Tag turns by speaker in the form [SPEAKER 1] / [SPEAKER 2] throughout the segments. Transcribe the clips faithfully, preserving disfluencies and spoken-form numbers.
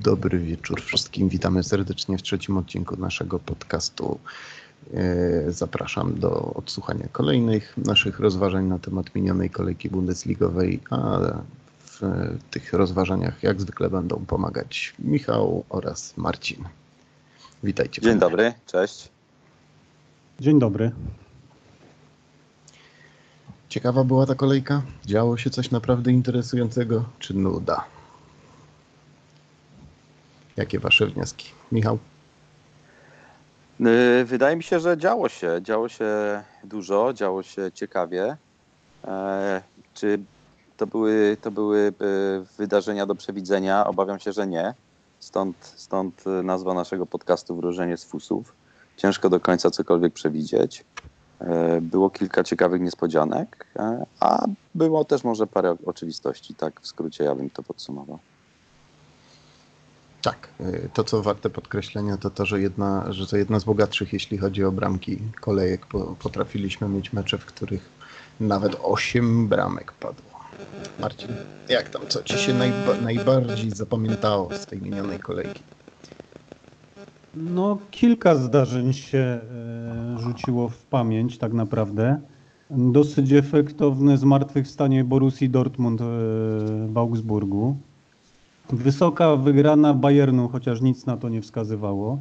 [SPEAKER 1] Dobry wieczór wszystkim. Witamy serdecznie w trzecim odcinku naszego podcastu. Zapraszam do odsłuchania kolejnych naszych rozważań na temat minionej kolejki bundesligowej, a w tych rozważaniach jak zwykle będą pomagać Michał oraz Marcin. Witajcie.
[SPEAKER 2] Dzień dobry, cześć.
[SPEAKER 3] Dzień dobry.
[SPEAKER 1] Ciekawa była ta kolejka? Działo się coś naprawdę interesującego, czy nuda? Jakie wasze wnioski? Michał?
[SPEAKER 2] Wydaje mi się, że działo się. Działo się dużo, działo się ciekawie. E, czy to były, to były wydarzenia do przewidzenia? Obawiam się, że nie. Stąd, stąd nazwa naszego podcastu Wróżenie z fusów. Ciężko do końca cokolwiek przewidzieć. E, było kilka ciekawych niespodzianek, e, a było też może parę oczywistości. Tak w skrócie ja bym to podsumował.
[SPEAKER 1] Tak, to co warte podkreślenia to to, że, jedna, że to jedna z bogatszych, jeśli chodzi o bramki kolejek. Potrafiliśmy mieć mecze, w których nawet osiem bramek padło. Marcin, jak tam, co ci się najba- najbardziej zapamiętało z tej minionej kolejki?
[SPEAKER 3] No, kilka zdarzeń się e, rzuciło w pamięć tak naprawdę. Dosyć efektowne zmartwychwstanie Borussii Dortmund e, w Augsburgu. Wysoka wygrana Bayernu, chociaż nic na to nie wskazywało.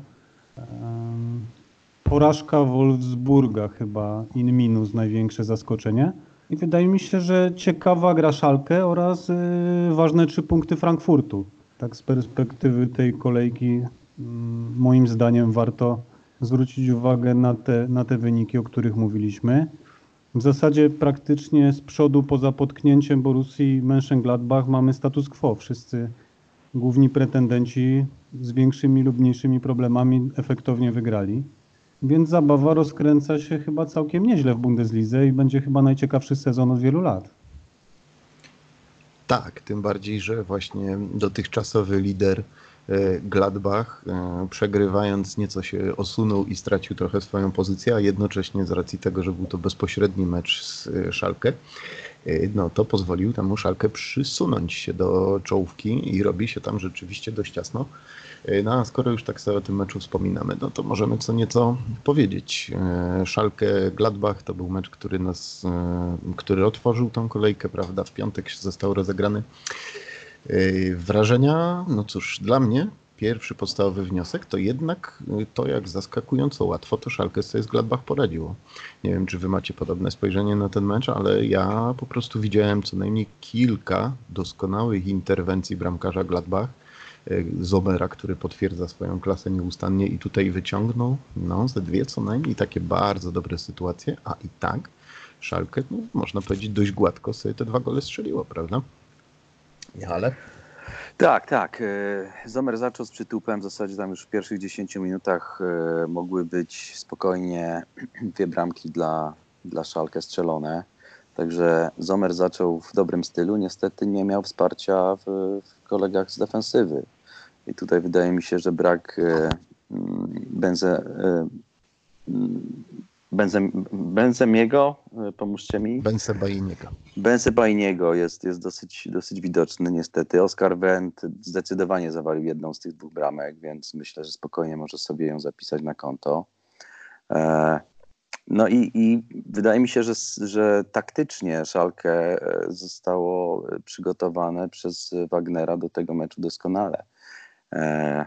[SPEAKER 3] Porażka Wolfsburga chyba in minus największe zaskoczenie. I wydaje mi się, że ciekawa gra Schalke oraz ważne trzy punkty Frankfurtu. Tak z perspektywy tej kolejki moim zdaniem warto zwrócić uwagę na te, na te wyniki, o których mówiliśmy. W zasadzie praktycznie z przodu poza potknięciem Borussii Mönchengladbach mamy status quo. Wszyscy główni pretendenci z większymi lub mniejszymi problemami efektownie wygrali. Więc zabawa rozkręca się chyba całkiem nieźle w Bundeslidze i będzie chyba najciekawszy sezon od wielu lat.
[SPEAKER 1] Tak, tym bardziej, że właśnie dotychczasowy lider Gladbach, przegrywając nieco się osunął i stracił trochę swoją pozycję, a jednocześnie z racji tego, że był to bezpośredni mecz z Schalke, no to pozwolił temu Schalke przysunąć się do czołówki i robi się tam rzeczywiście dość ciasno. No a skoro już tak sobie o tym meczu wspominamy, no to możemy co nieco powiedzieć. Schalke Gladbach to był mecz, który nas, który otworzył tą kolejkę, prawda, w piątek został rozegrany. Wrażenia, no cóż, dla mnie pierwszy podstawowy wniosek to jednak to, jak zaskakująco łatwo to Schalke sobie z Gladbach poradziło. Nie wiem, czy wy macie podobne spojrzenie na ten mecz, ale ja po prostu widziałem co najmniej kilka doskonałych interwencji bramkarza Gladbach, Zomera, który potwierdza swoją klasę nieustannie i tutaj wyciągnął no, ze dwie co najmniej takie bardzo dobre sytuacje, a i tak Schalke, no, można powiedzieć, dość gładko sobie te dwa gole strzeliło, prawda? Ale
[SPEAKER 2] Tak, tak. Zomer zaczął z przytupem. W zasadzie tam już w pierwszych dziesięciu minutach mogły być spokojnie dwie bramki dla, dla Schalke strzelone. Także Zomer zaczął w dobrym stylu. Niestety nie miał wsparcia w, w kolegach z defensywy. I tutaj wydaje mi się, że brak Benze, Benze, Benzemiego, pomóżcie mi.
[SPEAKER 1] Bensebainiego.
[SPEAKER 2] Bensebainiego jest, jest dosyć, dosyć widoczny niestety. Oskar Wendt zdecydowanie zawalił jedną z tych dwóch bramek, więc myślę, że spokojnie może sobie ją zapisać na konto. E, no i, i wydaje mi się, że, że taktycznie Schalke zostało przygotowane przez Wagnera do tego meczu doskonale. E,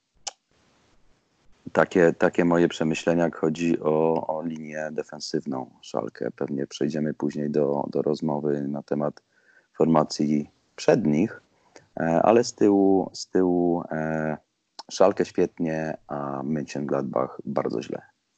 [SPEAKER 2] Takie, takie moje przemyślenia, jak chodzi o, o linię defensywną Schalke. Pewnie przejdziemy później do, do rozmowy na temat formacji przednich, ale z tyłu, z tyłu e, Schalke świetnie, a Mönchengladbach bardzo źle.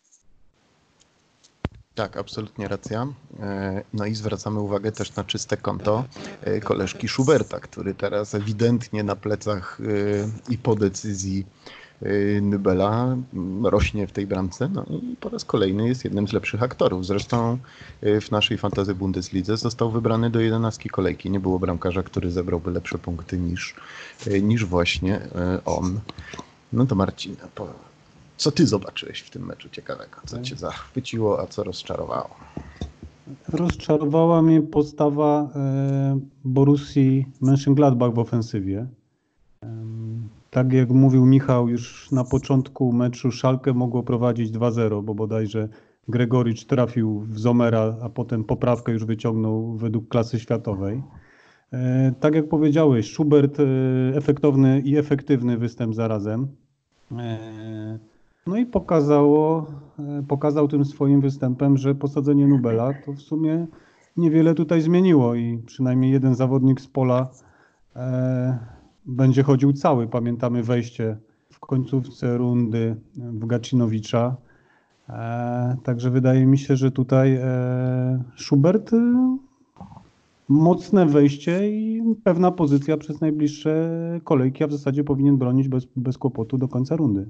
[SPEAKER 1] Tak, absolutnie racja. No i zwracamy uwagę też na czyste konto koleżki Schuberta, który teraz ewidentnie na plecach i po decyzji Nübela rośnie w tej bramce, no i po raz kolejny jest jednym z lepszych aktorów. Zresztą w naszej Fantasy Bundeslidze został wybrany do jedenastki kolejki. Nie było bramkarza, który zebrałby lepsze punkty niż, niż właśnie on. No to Marcin, co ty zobaczyłeś w tym meczu ciekawego? Co cię zachwyciło, a co rozczarowało?
[SPEAKER 3] Rozczarowała mnie postawa Borussii Mönchengladbach w ofensywie. Tak jak mówił Michał, już na początku meczu Schalke mogło prowadzić dwa zero, bo bodajże Gregoricz trafił w Zomera, a potem poprawkę już wyciągnął według klasy światowej. E, tak jak powiedziałeś, Schubert, e, efektowny i efektywny występ zarazem. E, no i pokazało, e, pokazał tym swoim występem, że posadzenie Nubela to w sumie niewiele tutaj zmieniło i przynajmniej jeden zawodnik z pola e, będzie chodził cały. Pamiętamy wejście w końcówce rundy w Gacinowicza. E, także wydaje mi się, że tutaj e, Schubert e, mocne wejście i pewna pozycja przez najbliższe kolejki, a w zasadzie powinien bronić bez, bez kłopotu do końca rundy.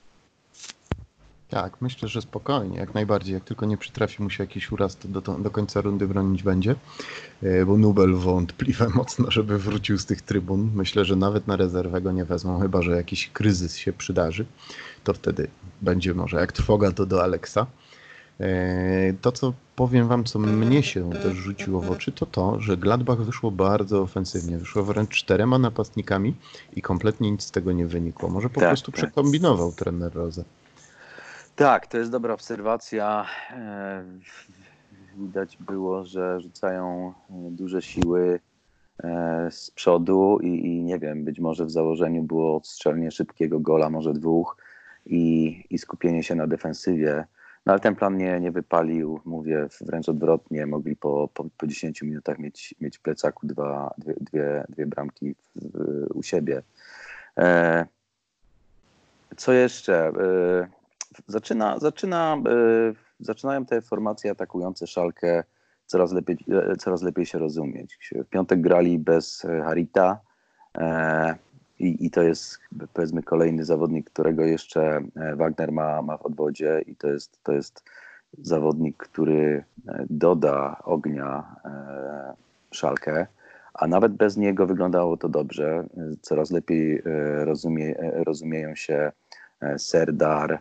[SPEAKER 1] Tak, myślę, że spokojnie, jak najbardziej. Jak tylko nie przytrafi mu się jakiś uraz, to do, do końca rundy bronić będzie, bo Nubel wątpliwe mocno, żeby wrócił z tych trybun. Myślę, że nawet na rezerwę go nie wezmą, chyba że jakiś kryzys się przydarzy. To wtedy będzie może jak trwoga, to do Aleksa. To, co powiem wam, co mnie się też rzuciło w oczy, to to, że Gladbach wyszło bardzo ofensywnie. Wyszło wręcz czterema napastnikami i kompletnie nic z tego nie wynikło. Może po
[SPEAKER 2] tak,
[SPEAKER 1] prostu
[SPEAKER 2] tak.
[SPEAKER 1] przekombinował trener Rose.
[SPEAKER 2] Tak, to jest dobra obserwacja. Widać było, że rzucają duże siły z przodu i, i nie wiem, być może w założeniu było odstrzelnie szybkiego gola, może dwóch i, i skupienie się na defensywie. No ale ten plan nie, nie wypalił, mówię wręcz odwrotnie, mogli po, po, po dziesięciu minutach mieć, mieć w plecaku dwa, dwie, dwie, dwie bramki w, w, u siebie. E, co jeszcze? E, zaczyna, zaczyna, e, zaczynają te formacje atakujące Schalke coraz lepiej, coraz lepiej się rozumieć. W piątek grali bez Harita e, i, i to jest powiedzmy kolejny zawodnik, którego jeszcze Wagner ma, ma w odwodzie i to jest, to jest zawodnik, który doda ognia e, Schalke, a nawet bez niego wyglądało to dobrze. Coraz lepiej rozumie, rozumieją się Serdar,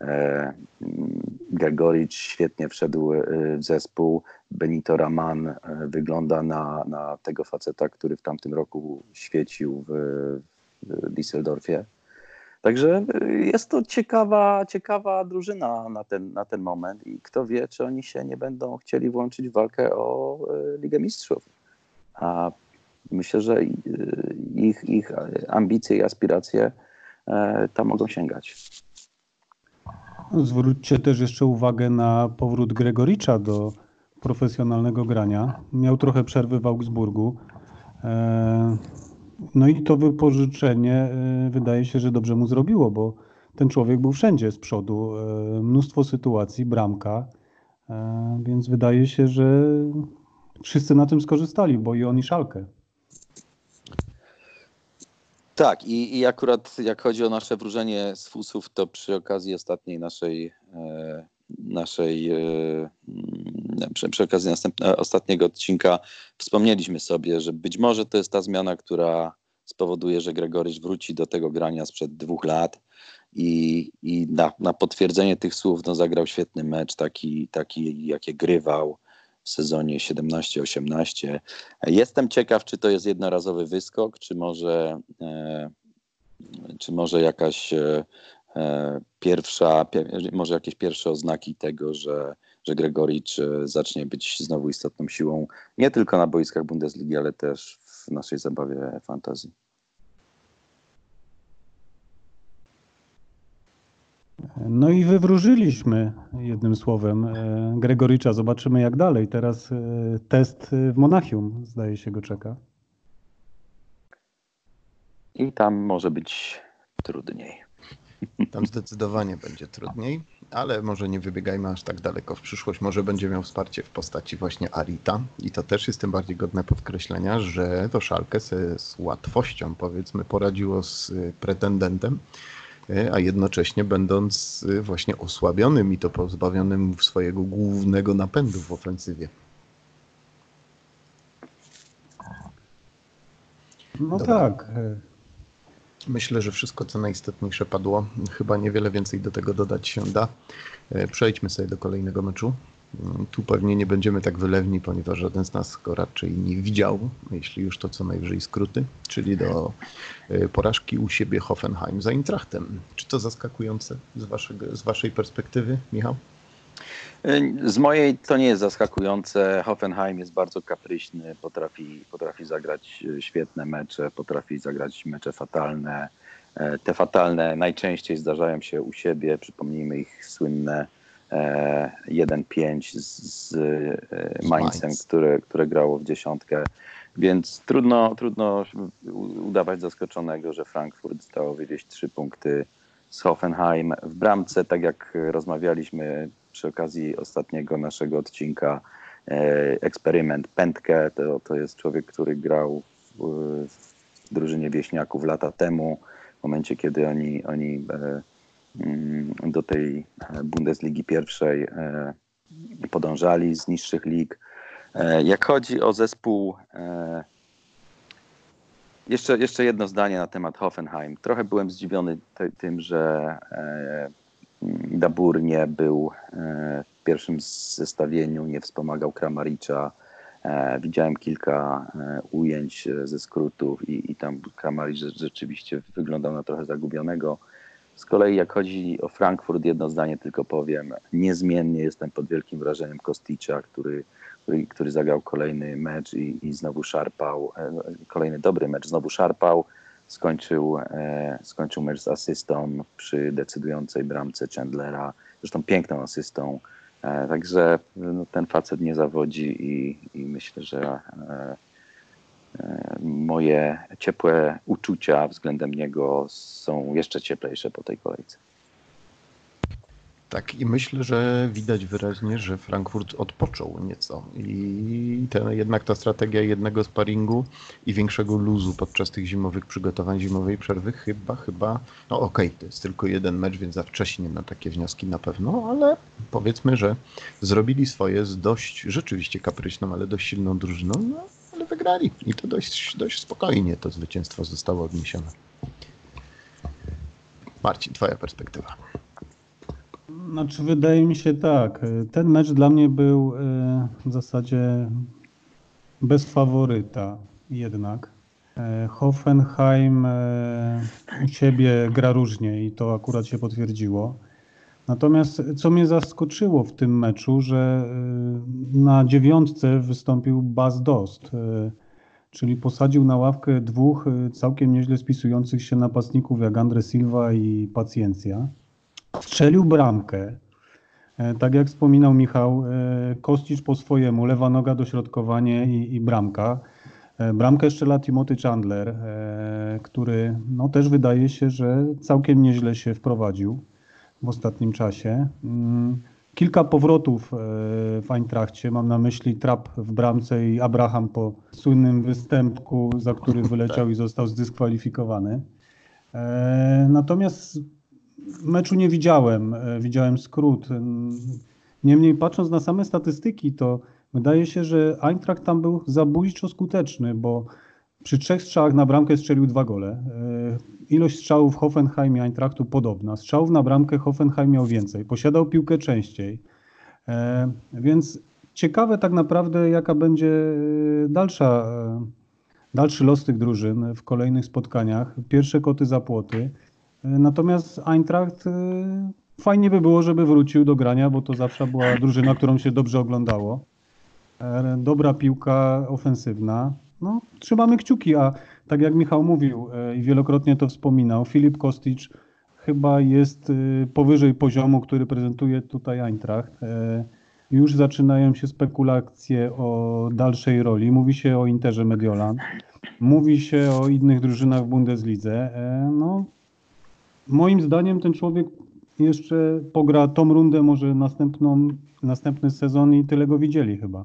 [SPEAKER 2] Gregoricz świetnie wszedł w zespół. Benito Raman wygląda na, na tego faceta, który w tamtym roku świecił w, w Düsseldorfie. Także jest to ciekawa, ciekawa drużyna na ten, na ten moment i kto wie, czy oni się nie będą chcieli włączyć w walkę o Ligę Mistrzów. A myślę, że ich, ich ambicje i aspiracje tam mogą sięgać.
[SPEAKER 3] Zwróćcie też jeszcze uwagę na powrót Gregoricza do profesjonalnego grania. Miał trochę przerwy w Augsburgu. No i to wypożyczenie wydaje się, że dobrze mu zrobiło, bo ten człowiek był wszędzie z przodu. Mnóstwo sytuacji, bramka, więc wydaje się, że wszyscy na tym skorzystali, bo i on i Schalke.
[SPEAKER 2] Tak, i, i akurat jak chodzi o nasze wróżenie z fusów, to przy okazji ostatniej naszej, e, naszej e, przy, przy okazji następne, ostatniego odcinka wspomnieliśmy sobie, że być może to jest ta zmiana, która spowoduje, że Gregoricz wróci do tego grania sprzed dwóch lat i, i na, na potwierdzenie tych słów no, zagrał świetny mecz, taki, taki jakie grywał w sezonie siedemnaście osiemnaście. Jestem ciekaw, czy to jest jednorazowy wyskok, czy może, e, czy może jakaś e, pierwsza, może jakieś pierwsze oznaki tego, że, że Gregoricz zacznie być znowu istotną siłą nie tylko na boiskach Bundesligi, ale też w naszej zabawie fantazji.
[SPEAKER 3] No i wywróżyliśmy jednym słowem Gregoricza. Zobaczymy jak dalej. Teraz test w Monachium, zdaje się, go czeka.
[SPEAKER 2] I tam może być trudniej.
[SPEAKER 1] Tam zdecydowanie będzie trudniej, ale może nie wybiegajmy aż tak daleko w przyszłość. Może będzie miał wsparcie w postaci właśnie Arita i to też jest tym bardziej godne podkreślenia, że to Schalke sobie z łatwością, powiedzmy, poradziło z pretendentem, a jednocześnie będąc właśnie osłabionym i to pozbawionym swojego głównego napędu w ofensywie.
[SPEAKER 3] No
[SPEAKER 1] Dobra.
[SPEAKER 3] tak.
[SPEAKER 1] Myślę, że wszystko co najistotniejsze padło. Chyba niewiele więcej do tego dodać się da. Przejdźmy sobie do kolejnego meczu. Tu pewnie nie będziemy tak wylewni, ponieważ żaden z nas go raczej nie widział, jeśli już to co najwyżej skróty, czyli do porażki u siebie Hoffenheim za Eintrachtem. Czy to zaskakujące z, waszego, z waszej perspektywy, Michał?
[SPEAKER 2] Z mojej to nie jest zaskakujące. Hoffenheim jest bardzo kapryśny, potrafi, potrafi zagrać świetne mecze, potrafi zagrać mecze fatalne. Te fatalne najczęściej zdarzają się u siebie. Przypomnijmy ich słynne jeden pięć z, z Mainzem, które, które grało w dziesiątkę. Więc trudno, trudno udawać zaskoczonego, że Frankfurt zdało wywieźć trzy punkty z Hoffenheim. W bramce, tak jak rozmawialiśmy przy okazji ostatniego naszego odcinka, eksperyment Pętkę, to, to jest człowiek, który grał w, w drużynie wieśniaków lata temu, w momencie, kiedy oni, oni do tej Bundesligi pierwszej podążali z niższych lig. Jak chodzi o zespół, jeszcze, jeszcze jedno zdanie na temat Hoffenheim. Trochę byłem zdziwiony te, tym, że Dabur nie był w pierwszym zestawieniu, nie wspomagał Kramaricza. Widziałem kilka ujęć ze skrótów i, i tam Kramaric rzeczywiście wyglądał na trochę zagubionego. Z kolei jak chodzi o Frankfurt, jedno zdanie tylko powiem. Niezmiennie jestem pod wielkim wrażeniem Kosticza, który, który, który zagrał kolejny mecz i, i znowu szarpał. Kolejny dobry mecz, znowu szarpał. Skończył, e, skończył mecz z asystą przy decydującej bramce Chandlera. Zresztą piękną asystą. E, także no, ten facet nie zawodzi i, i myślę, że e, moje ciepłe uczucia względem niego są jeszcze cieplejsze po tej kolejce.
[SPEAKER 1] Tak, i myślę, że widać wyraźnie, że Frankfurt odpoczął nieco i ten, jednak ta strategia jednego sparingu i większego luzu podczas tych zimowych przygotowań, zimowej przerwy chyba, chyba, no okej, okay, to jest tylko jeden mecz, więc za wcześnie na takie wnioski na pewno, ale powiedzmy, że zrobili swoje z dość rzeczywiście kapryśną, ale dość silną drużyną, no ale wygrali i to dość, dość spokojnie to zwycięstwo zostało odniesione. Marcin, twoja perspektywa.
[SPEAKER 3] Znaczy, wydaje mi się tak. Ten mecz dla mnie był w zasadzie bez faworyta jednak. Hoffenheim u siebie gra różnie i to akurat się potwierdziło. Natomiast co mnie zaskoczyło w tym meczu, że na dziewiątce wystąpił Bas Dost, czyli posadził na ławkę dwóch całkiem nieźle spisujących się napastników jak Andre Silva i Paciencia. Strzelił bramkę. Tak jak wspominał Michał, Kostic po swojemu, lewa noga, dośrodkowanie i, i bramka. Bramkę strzela Timothy Chandler, który no, też wydaje się, że całkiem nieźle się wprowadził w ostatnim czasie. Kilka powrotów w Eintrachcie, mam na myśli Trapp w bramce i Abraham po słynnym występku, za który wyleciał i został zdyskwalifikowany. Natomiast meczu nie widziałem, widziałem skrót. Niemniej patrząc na same statystyki, to wydaje się, że Eintracht tam był zabójczo skuteczny, bo przy trzech strzałach na bramkę strzelił dwa gole. Ilość strzałów w Hoffenheim i Eintrachtu podobna. Strzałów na bramkę Hoffenheim miał więcej, posiadał piłkę częściej. Więc ciekawe tak naprawdę, jaka będzie dalsza, dalszy los tych drużyn w kolejnych spotkaniach. Pierwsze koty za płoty. Natomiast Eintracht fajnie by było, żeby wrócił do grania, bo to zawsze była drużyna, którą się dobrze oglądało. Dobra piłka ofensywna. No, trzymamy kciuki, a tak jak Michał mówił i wielokrotnie to wspominał, Filip Kostic chyba jest powyżej poziomu, który prezentuje tutaj Eintracht. Już zaczynają się spekulacje o dalszej roli. Mówi się o Interze Mediolan, mówi się o innych drużynach w Bundeslidze. No, moim zdaniem ten człowiek jeszcze pogra tą rundę, może następną, następny sezon i tyle go widzieli chyba.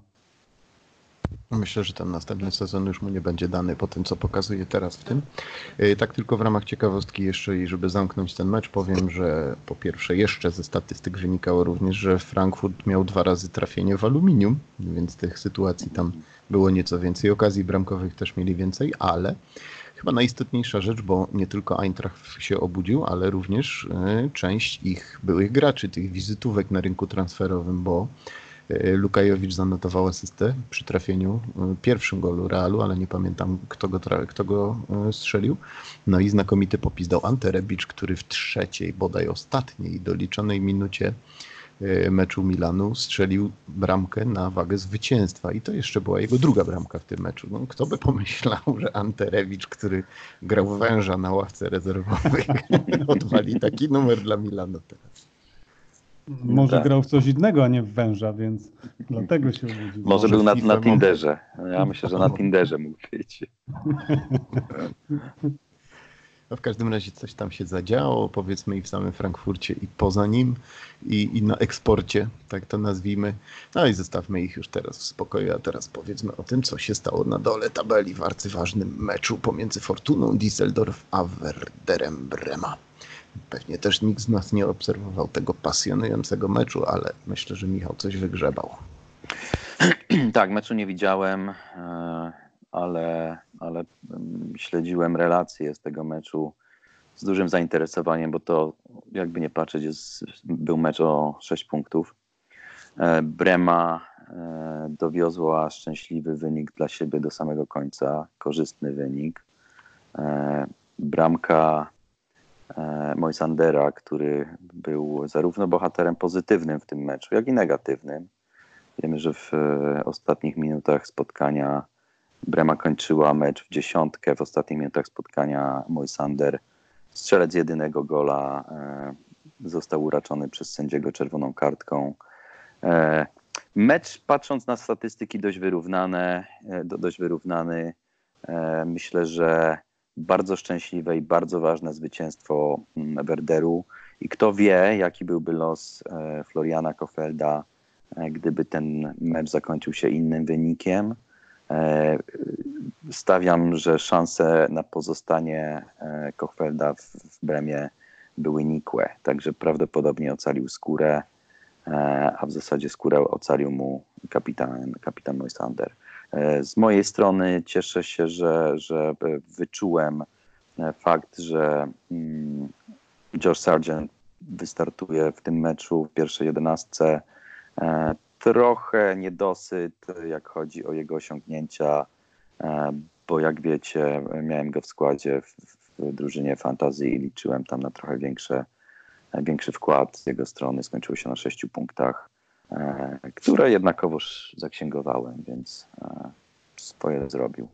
[SPEAKER 1] Myślę, że ten następny sezon już mu nie będzie dany po tym, co pokazuje teraz w tym. Tak tylko w ramach ciekawostki jeszcze i żeby zamknąć ten mecz, powiem, że po pierwsze jeszcze ze statystyk wynikało również, że Frankfurt miał dwa razy trafienie w aluminium, więc tych sytuacji tam było nieco więcej. Okazji bramkowych też mieli więcej, ale chyba najistotniejsza rzecz, bo nie tylko Eintracht się obudził, ale również część ich byłych graczy, tych wizytówek na rynku transferowym, bo Lukajowicz zanotował asystę przy trafieniu, pierwszym golu Realu, ale nie pamiętam kto go, tra- kto go strzelił. No i znakomity popis dał Ante Rebic, który w trzeciej, bodaj ostatniej doliczonej minucie meczu Milanu strzelił bramkę na wagę zwycięstwa i to jeszcze była jego druga bramka w tym meczu. No, kto by pomyślał, że Ante Rebic, który grał węża na ławce rezerwowej, odwali taki numer dla Milanu teraz.
[SPEAKER 3] Może
[SPEAKER 2] tak.
[SPEAKER 3] grał w coś innego, a nie w węża, więc dlatego się obudził.
[SPEAKER 2] Może,
[SPEAKER 1] Może
[SPEAKER 2] był na,
[SPEAKER 1] FIFA
[SPEAKER 2] na
[SPEAKER 1] ma-
[SPEAKER 2] Tinderze. Ja myślę, że na Tinderze mógł być.
[SPEAKER 1] No w każdym razie coś tam się zadziało, powiedzmy i w samym Frankfurcie i poza nim i, i na eksporcie, tak to nazwijmy. No i zostawmy ich już teraz w spokoju, a teraz powiedzmy o tym, co się stało na dole tabeli w arcyważnym meczu pomiędzy Fortuną Düsseldorf a Werderem Brema. Pewnie też nikt z nas nie obserwował tego pasjonującego meczu, ale myślę, że Michał coś wygrzebał.
[SPEAKER 2] Tak, meczu nie widziałem, e, ale, ale mm, śledziłem relacje z tego meczu z dużym zainteresowaniem, bo to jakby nie patrzeć, jest, był mecz o sześć punktów. E, Brema e, dowiozła szczęśliwy wynik dla siebie do samego końca, korzystny wynik. E, Bramka e, Moisandera, który był zarówno bohaterem pozytywnym w tym meczu, jak i negatywnym. Wiemy, że w e, ostatnich minutach spotkania Brema kończyła mecz w dziesiątkę. W ostatnich minutach spotkania Moisander, strzelec jedynego gola, e, został uraczony przez sędziego czerwoną kartką. E, mecz, patrząc na statystyki, dość wyrównane, e, do, dość wyrównany. E, myślę, że bardzo szczęśliwe i bardzo ważne zwycięstwo mm, Werderu. I kto wie, jaki byłby los e, Floriana Kohfelda, gdyby ten mecz zakończył się innym wynikiem. Stawiam, że szanse na pozostanie Kohfelda w Bremie były nikłe, także prawdopodobnie ocalił skórę, a w zasadzie skórę ocalił mu kapitan, kapitan Moisander. Z mojej strony cieszę się, że, że wyczułem fakt, że Josh Sargent wystartuje w tym meczu w pierwszej jedenastce. Trochę niedosyt, jak chodzi o jego osiągnięcia, bo jak wiecie, miałem go w składzie w, w drużynie Fantasy i liczyłem tam na trochę większe, większy wkład z jego strony. Skończyło się na sześciu punktach, które jednakowoż zaksięgowałem, więc swoje zrobił.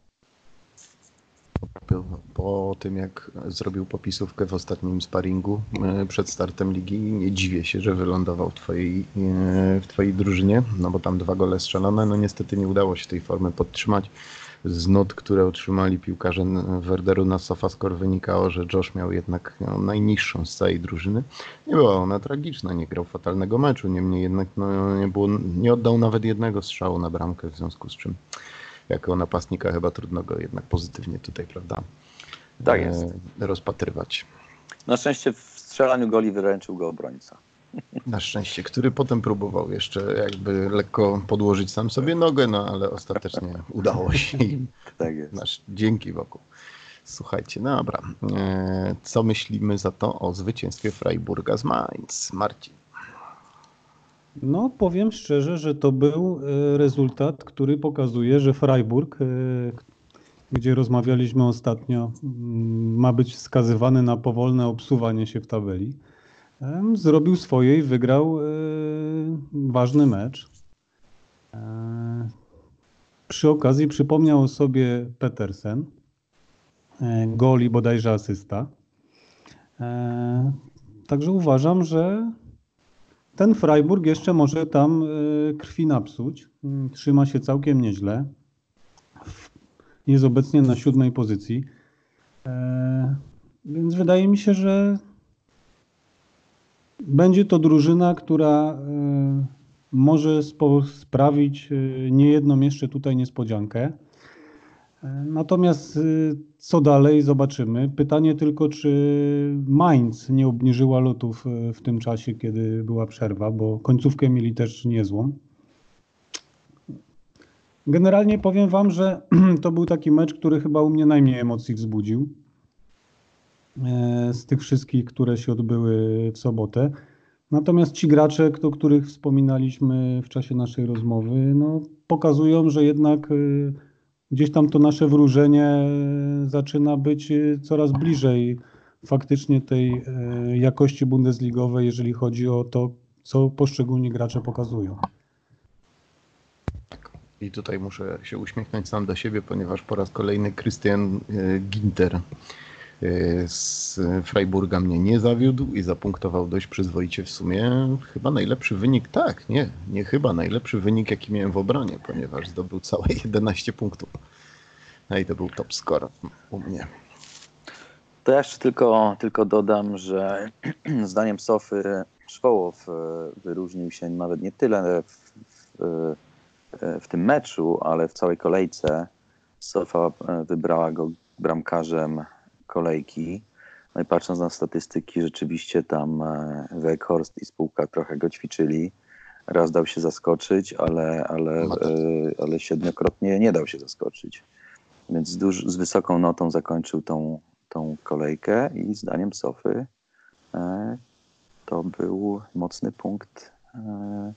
[SPEAKER 1] Po tym, jak zrobił popisówkę w ostatnim sparingu przed startem ligi, nie dziwię się, że wylądował w twojej, w twojej drużynie, no bo tam dwa gole strzelone, no niestety nie udało się tej formy podtrzymać. Z not, które otrzymali piłkarze Werderu na SofaScore wynikało, że Josh miał jednak no, najniższą z całej drużyny. Nie była ona tragiczna, nie grał fatalnego meczu, niemniej jednak no, nie, było, nie oddał nawet jednego strzału na bramkę, w związku z czym jako napastnika chyba trudno go jednak pozytywnie tutaj, prawda,
[SPEAKER 2] tak jest.
[SPEAKER 1] E, rozpatrywać.
[SPEAKER 2] Na szczęście w strzelaniu goli wyręczył go obrońca.
[SPEAKER 1] Na szczęście, który potem próbował jeszcze jakby lekko podłożyć sam sobie nogę, no ale ostatecznie udało się im.
[SPEAKER 2] Tak jest.
[SPEAKER 1] Nasz dzięki wokół. Słuchajcie, no dobra. E, co myślimy za to o zwycięstwie Freiburga z Mainz? Marcin.
[SPEAKER 3] No, powiem szczerze, że to był e, rezultat, który pokazuje, że Freiburg, e, gdzie rozmawialiśmy ostatnio, m, ma być skazywany na powolne obsuwanie się w tabeli. E, Zrobił swoje i wygrał e, ważny mecz. E, Przy okazji przypomniał o sobie Petersen, e, gol i bodajże asysta. E, Także uważam, że ten Freiburg jeszcze może tam y, krwi napsuć. Y, Trzyma się całkiem nieźle. W- Jest obecnie na siódmej pozycji. E, Więc wydaje mi się, że będzie to drużyna, która y, może spo, sprawić y, niejedną jeszcze tutaj niespodziankę. E, Natomiast y, co dalej, zobaczymy. Pytanie tylko, czy Mainz nie obniżyła lotów y, w tym czasie, kiedy była przerwa, bo końcówkę mieli też niezłą. Generalnie powiem wam, że to był taki mecz, który chyba u mnie najmniej emocji wzbudził e, z tych wszystkich, które się odbyły w sobotę. Natomiast ci gracze, o których wspominaliśmy w czasie naszej rozmowy, no, pokazują, że jednak y, gdzieś tam to nasze wróżenie zaczyna być y, coraz bliżej faktycznie tej y, jakości bundesligowej, jeżeli chodzi o to, co poszczególni gracze pokazują.
[SPEAKER 1] I tutaj muszę się uśmiechnąć sam do siebie, ponieważ po raz kolejny Christian y, Ginter y, z Freiburga mnie nie zawiódł i zapunktował dość przyzwoicie w sumie. Chyba najlepszy wynik, tak, nie, nie chyba, najlepszy wynik jaki miałem w obronie, ponieważ zdobył całe jedenaście punktów. No i to był top score u mnie.
[SPEAKER 2] To ja jeszcze tylko, tylko dodam, że zdaniem Sofy Szwołow wyróżnił się nawet nie tyle w, w, w tym meczu, ale w całej kolejce. Sofa wybrała go bramkarzem kolejki. No i patrząc na statystyki, rzeczywiście tam Weghorst i spółka trochę go ćwiczyli. Raz dał się zaskoczyć, ale, ale, ale siedmiokrotnie nie dał się zaskoczyć. Więc z, duż, z wysoką notą zakończył tą, tą kolejkę i zdaniem Sofy e, to był mocny punkt e,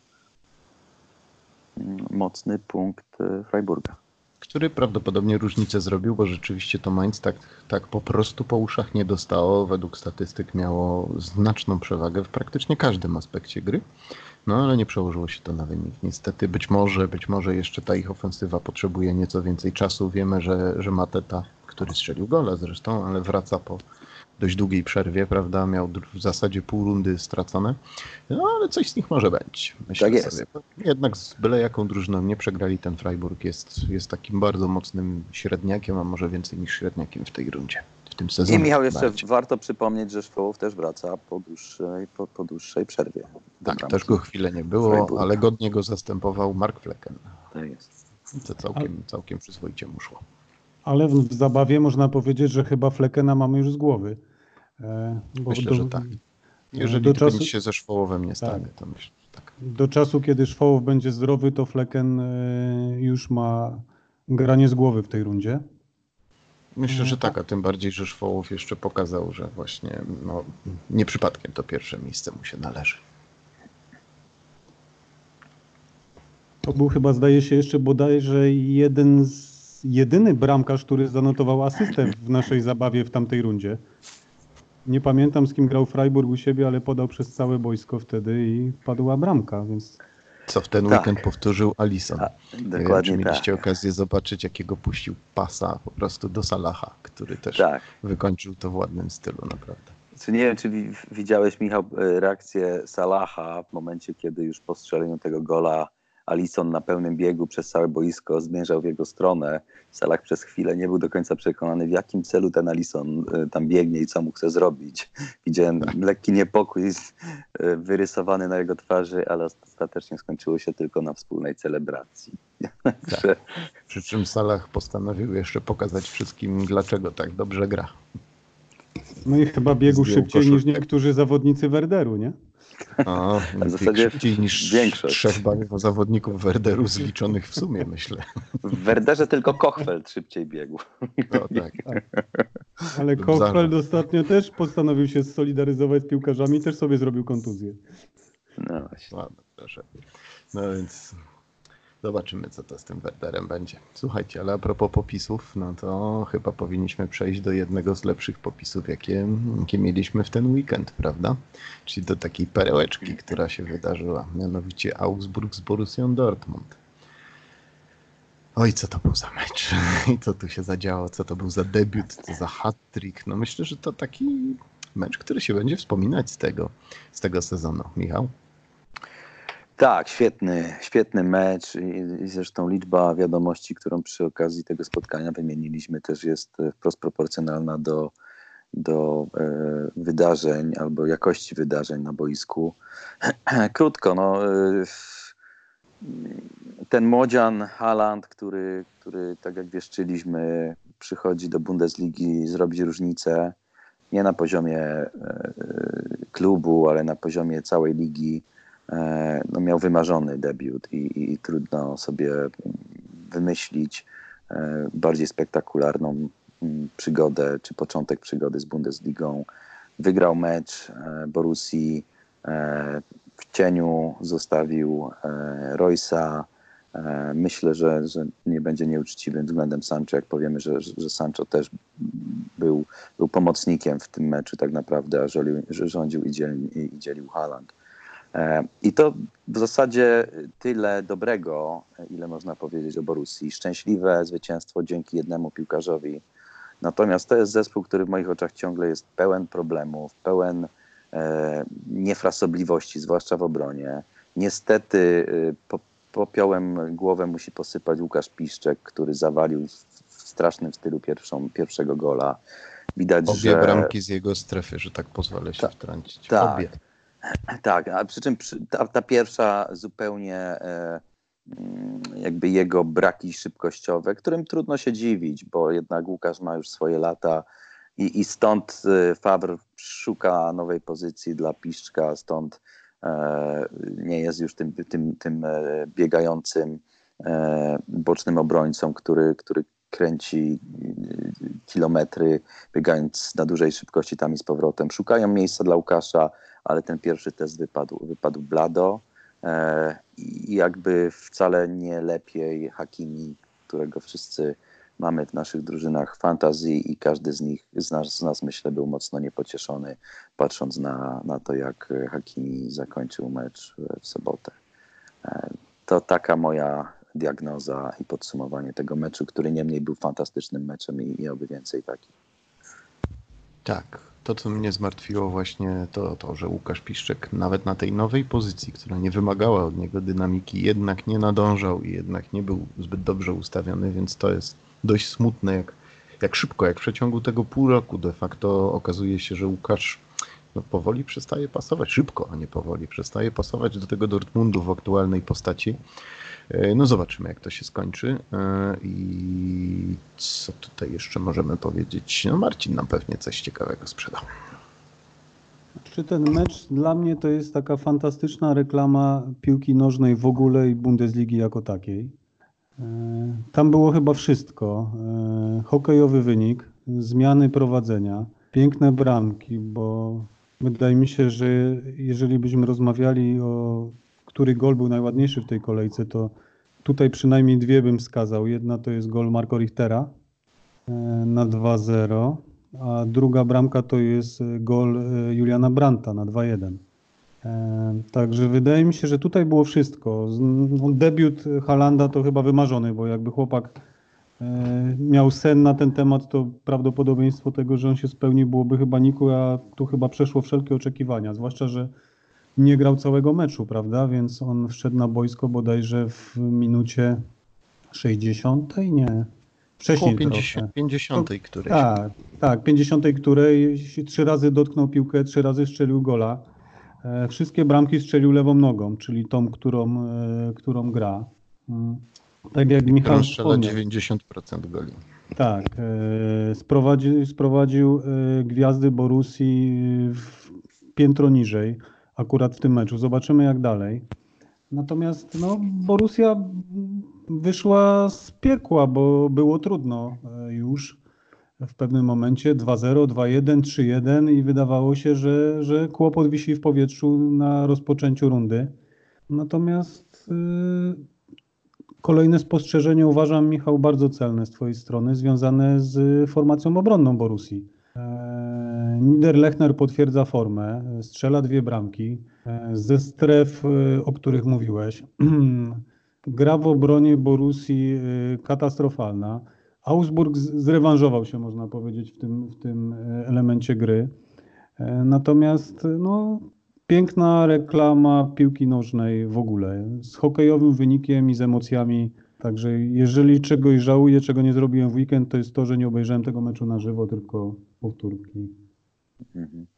[SPEAKER 2] mocny punkt Freiburga.
[SPEAKER 1] Który prawdopodobnie różnicę zrobił, bo rzeczywiście to Mainz tak, tak po prostu po uszach nie dostało. Według statystyk miało znaczną przewagę w praktycznie każdym aspekcie gry. No ale nie przełożyło się to na wynik. Niestety być może, być może jeszcze ta ich ofensywa potrzebuje nieco więcej czasu. Wiemy, że, że Mateta, który strzelił gola zresztą, ale wraca po dość długiej przerwie, prawda? Miał w zasadzie pół rundy stracone. No ale coś z nich może być. Myślę
[SPEAKER 2] Tak jest.
[SPEAKER 1] sobie. Jednak z byle jaką drużyną nie przegrali, ten Freiburg jest, jest takim bardzo mocnym średniakiem, a może więcej niż średniakiem w tej rundzie. W tym sezonie.
[SPEAKER 2] I Michał, jeszcze
[SPEAKER 1] bardziej.
[SPEAKER 2] warto przypomnieć, że Szwołow też wraca po dłuższej, po, po dłuższej przerwie.
[SPEAKER 1] Tak, też go chwilę nie było,
[SPEAKER 2] Freiburga.
[SPEAKER 1] ale godnie go zastępował Mark Flecken.
[SPEAKER 2] Tak jest.
[SPEAKER 1] To całkiem, całkiem przyzwoicie mu szło.
[SPEAKER 3] Ale w, w zabawie można powiedzieć, że chyba Fleckena mamy już z głowy. E, bo
[SPEAKER 1] Myślę,
[SPEAKER 3] do,
[SPEAKER 1] że tak. Jeżeli
[SPEAKER 3] do
[SPEAKER 1] tylko
[SPEAKER 3] czasu,
[SPEAKER 1] nic się ze Szwołowem nie stanie,
[SPEAKER 3] Tak.
[SPEAKER 1] to myślę, że tak.
[SPEAKER 3] do czasu, kiedy Szwołow będzie zdrowy, to Flecken e, już ma granie z głowy w tej rundzie.
[SPEAKER 1] Myślę, że tak, a tym bardziej, że Szwołow jeszcze pokazał, że właśnie no, nie przypadkiem to pierwsze miejsce mu się należy.
[SPEAKER 3] To był chyba, zdaje się, jeszcze bodajże jeden z, jedyny bramkarz, który zanotował asystę w naszej zabawie w tamtej rundzie. Nie pamiętam, z kim grał Freiburg u siebie, ale podał przez całe boisko wtedy i padła bramka, więc
[SPEAKER 1] Co w ten
[SPEAKER 2] Tak.
[SPEAKER 1] weekend powtórzył Alisson.
[SPEAKER 2] A,
[SPEAKER 1] Nie wiem,
[SPEAKER 2] dokładnie
[SPEAKER 1] czy mieliście
[SPEAKER 2] tak.
[SPEAKER 1] okazję zobaczyć, jakiego puścił pasa po prostu do Salaha, który też
[SPEAKER 2] Tak.
[SPEAKER 1] wykończył to w ładnym stylu, naprawdę.
[SPEAKER 2] Czy nie wiem, czy wi- widziałeś, Michał, reakcję Salaha w momencie, kiedy już po strzeleniu tego gola Alisson na pełnym biegu przez całe boisko zmierzał w jego stronę. Salah przez chwilę nie był do końca przekonany, w jakim celu ten Alisson y, tam biegnie i co mu chce zrobić. Widziałem lekki niepokój z- y, wyrysowany na jego twarzy, ale ostatecznie skończyło się tylko na wspólnej celebracji. Także
[SPEAKER 1] Przy czym Salah postanowił jeszcze pokazać wszystkim, dlaczego tak dobrze gra.
[SPEAKER 3] no i chyba biegł
[SPEAKER 1] Zdjął
[SPEAKER 3] szybciej niż
[SPEAKER 1] koszulkę.
[SPEAKER 3] niektórzy zawodnicy Werderu, nie?
[SPEAKER 1] O,
[SPEAKER 2] w zasadzie
[SPEAKER 1] szybciej niż
[SPEAKER 2] większość.
[SPEAKER 1] trzech ba- zawodników Werderu zliczonych w sumie, myślę.
[SPEAKER 2] W Werderze tylko Kochfeld szybciej biegł.
[SPEAKER 1] O, tak.
[SPEAKER 3] Ale
[SPEAKER 1] Lub
[SPEAKER 3] Kochfeld
[SPEAKER 1] zarzut.
[SPEAKER 3] ostatnio też postanowił się solidaryzować z piłkarzami, też sobie zrobił kontuzję.
[SPEAKER 2] No właśnie.
[SPEAKER 1] Ładno, proszę. No więc zobaczymy, co to z tym Werderem będzie. Słuchajcie, ale a propos popisów, no to chyba powinniśmy przejść do jednego z lepszych popisów, jakie, jakie mieliśmy w ten weekend, prawda? Czyli do takiej perełeczki, która się wydarzyła, mianowicie Augsburg z Borussią Dortmund. Oj, co to był za mecz i co tu się zadziało, co to był za debiut, co za hat-trick. No myślę, że to taki mecz, który się będzie wspominać z tego, z tego sezonu. Michał?
[SPEAKER 2] Tak, świetny, świetny mecz i, i zresztą liczba wiadomości, którą przy okazji tego spotkania wymieniliśmy, też jest wprost proporcjonalna do, do e, wydarzeń albo jakości wydarzeń na boisku. Krótko, no, e, ten młodzian Haaland, który, który tak jak wieszczyliśmy, przychodzi do Bundesligi zrobić różnicę, nie na poziomie e, klubu, ale na poziomie całej ligi. No miał wymarzony debiut i, i, i trudno sobie wymyślić e, bardziej spektakularną m, przygodę, czy początek przygody z Bundesligą. Wygrał mecz e, Borussii, W cieniu zostawił Roysa. Myślę, że, że nie będzie nieuczciwym względem Sancho, jak powiemy, że, że Sancho też był, był pomocnikiem w tym meczu tak naprawdę, a rządził, rządził i, dzielił, i dzielił Haaland. I to w zasadzie tyle dobrego, ile można powiedzieć o Borussii. Szczęśliwe zwycięstwo dzięki jednemu piłkarzowi. Natomiast to jest zespół, który w moich oczach ciągle jest pełen problemów, pełen e, niefrasobliwości, zwłaszcza w obronie. Niestety e, po, popiołem głowę musi posypać Łukasz Piszczek, który zawalił w, w strasznym stylu pierwszą, pierwszego gola. Widać,
[SPEAKER 1] Obie
[SPEAKER 2] że...
[SPEAKER 1] bramki z jego strefy, że tak pozwolę się
[SPEAKER 2] Ta,
[SPEAKER 1] wtrącić.
[SPEAKER 2] Tak,
[SPEAKER 1] Obie.
[SPEAKER 2] tak, a przy czym ta, ta pierwsza zupełnie e, jakby jego braki szybkościowe, którym trudno się dziwić, bo jednak Łukasz ma już swoje lata i, i stąd Favre szuka nowej pozycji dla Piszczka, stąd e, nie jest już tym, tym, tym biegającym e, bocznym obrońcą, który, który kręci kilometry, biegając na dużej szybkości tam i z powrotem. Szukają miejsca dla Łukasza, ale ten pierwszy test wypadł, wypadł blado e, i jakby wcale nie lepiej Hakimi, którego wszyscy mamy w naszych drużynach fantazji i każdy z nich, z nas, z nas myślę, był mocno niepocieszony, patrząc na, na to, jak Hakimi zakończył mecz w sobotę. E, to taka moja diagnoza i podsumowanie tego meczu, który niemniej był fantastycznym meczem i miałby więcej takich.
[SPEAKER 1] Tak, to co mnie zmartwiło właśnie to, to, że Łukasz Piszczek nawet na tej nowej pozycji, która nie wymagała od niego dynamiki, jednak nie nadążał i jednak nie był zbyt dobrze ustawiony, więc to jest dość smutne, jak, jak szybko, jak w przeciągu tego pół roku de facto okazuje się, że Łukasz no, powoli przestaje pasować, szybko, a nie powoli, przestaje pasować do tego Dortmundu w aktualnej postaci. No zobaczymy, jak to się skończy i co tutaj jeszcze możemy powiedzieć. No Marcin nam pewnie coś ciekawego sprzedał.
[SPEAKER 3] Czy ten mecz dla mnie to jest taka fantastyczna reklama piłki nożnej w ogóle i Bundesligi jako takiej. Tam było chyba wszystko. Hokejowy wynik, zmiany prowadzenia, piękne bramki, bo wydaje mi się, że jeżeli byśmy rozmawiali o który gol był najładniejszy w tej kolejce, to tutaj przynajmniej dwie bym wskazał. Jedna to jest gol Marco Richtera na dwa zero, a druga bramka to jest gol Juliana Brandta na dwa jeden. Także wydaje mi się, że tutaj było wszystko. Debiut Haalanda to chyba wymarzony, bo jakby chłopak miał sen na ten temat, to prawdopodobieństwo tego, że on się spełni, byłoby chyba nikłe, a tu chyba przeszło wszelkie oczekiwania, zwłaszcza, że nie grał całego meczu, prawda? Więc on wszedł na boisko bodajże w minucie sześćdziesiątej? Nie. Wcześniej
[SPEAKER 1] Około pięćdziesiątej, pięćdziesiątej którejś.
[SPEAKER 3] Tak, tak, pięćdziesiątej której trzy razy dotknął piłkę, trzy razy strzelił gola. Wszystkie bramki strzelił lewą nogą, czyli tą, którą, którą gra. Tak jak Michał
[SPEAKER 1] strzela dziewięćdziesiąt procent goli.
[SPEAKER 3] Tak, sprowadził, sprowadził gwiazdy Borussii w piętro niżej, akurat w tym meczu. Zobaczymy jak dalej. Natomiast no, Borussia wyszła z piekła, bo było trudno już w pewnym momencie. dwa zero, dwa jeden, trzy jeden i wydawało się, że, że kłopot wisi w powietrzu na rozpoczęciu rundy. Natomiast yy, kolejne spostrzeżenie uważam, Michał, bardzo celne z twojej strony, związane z formacją obronną Borussii. Niederlechner potwierdza formę, strzela dwie bramki ze stref, o których mówiłeś. Gra w obronie Borussii katastrofalna. Augsburg zrewanżował się, można powiedzieć, w tym, w tym elemencie gry. Natomiast no, piękna reklama piłki nożnej w ogóle, z hokejowym wynikiem i z emocjami. Także jeżeli czegoś żałuję, czego nie zrobiłem w weekend, to jest to, że nie obejrzałem tego meczu na żywo, tylko powtórki.
[SPEAKER 2] Mhm.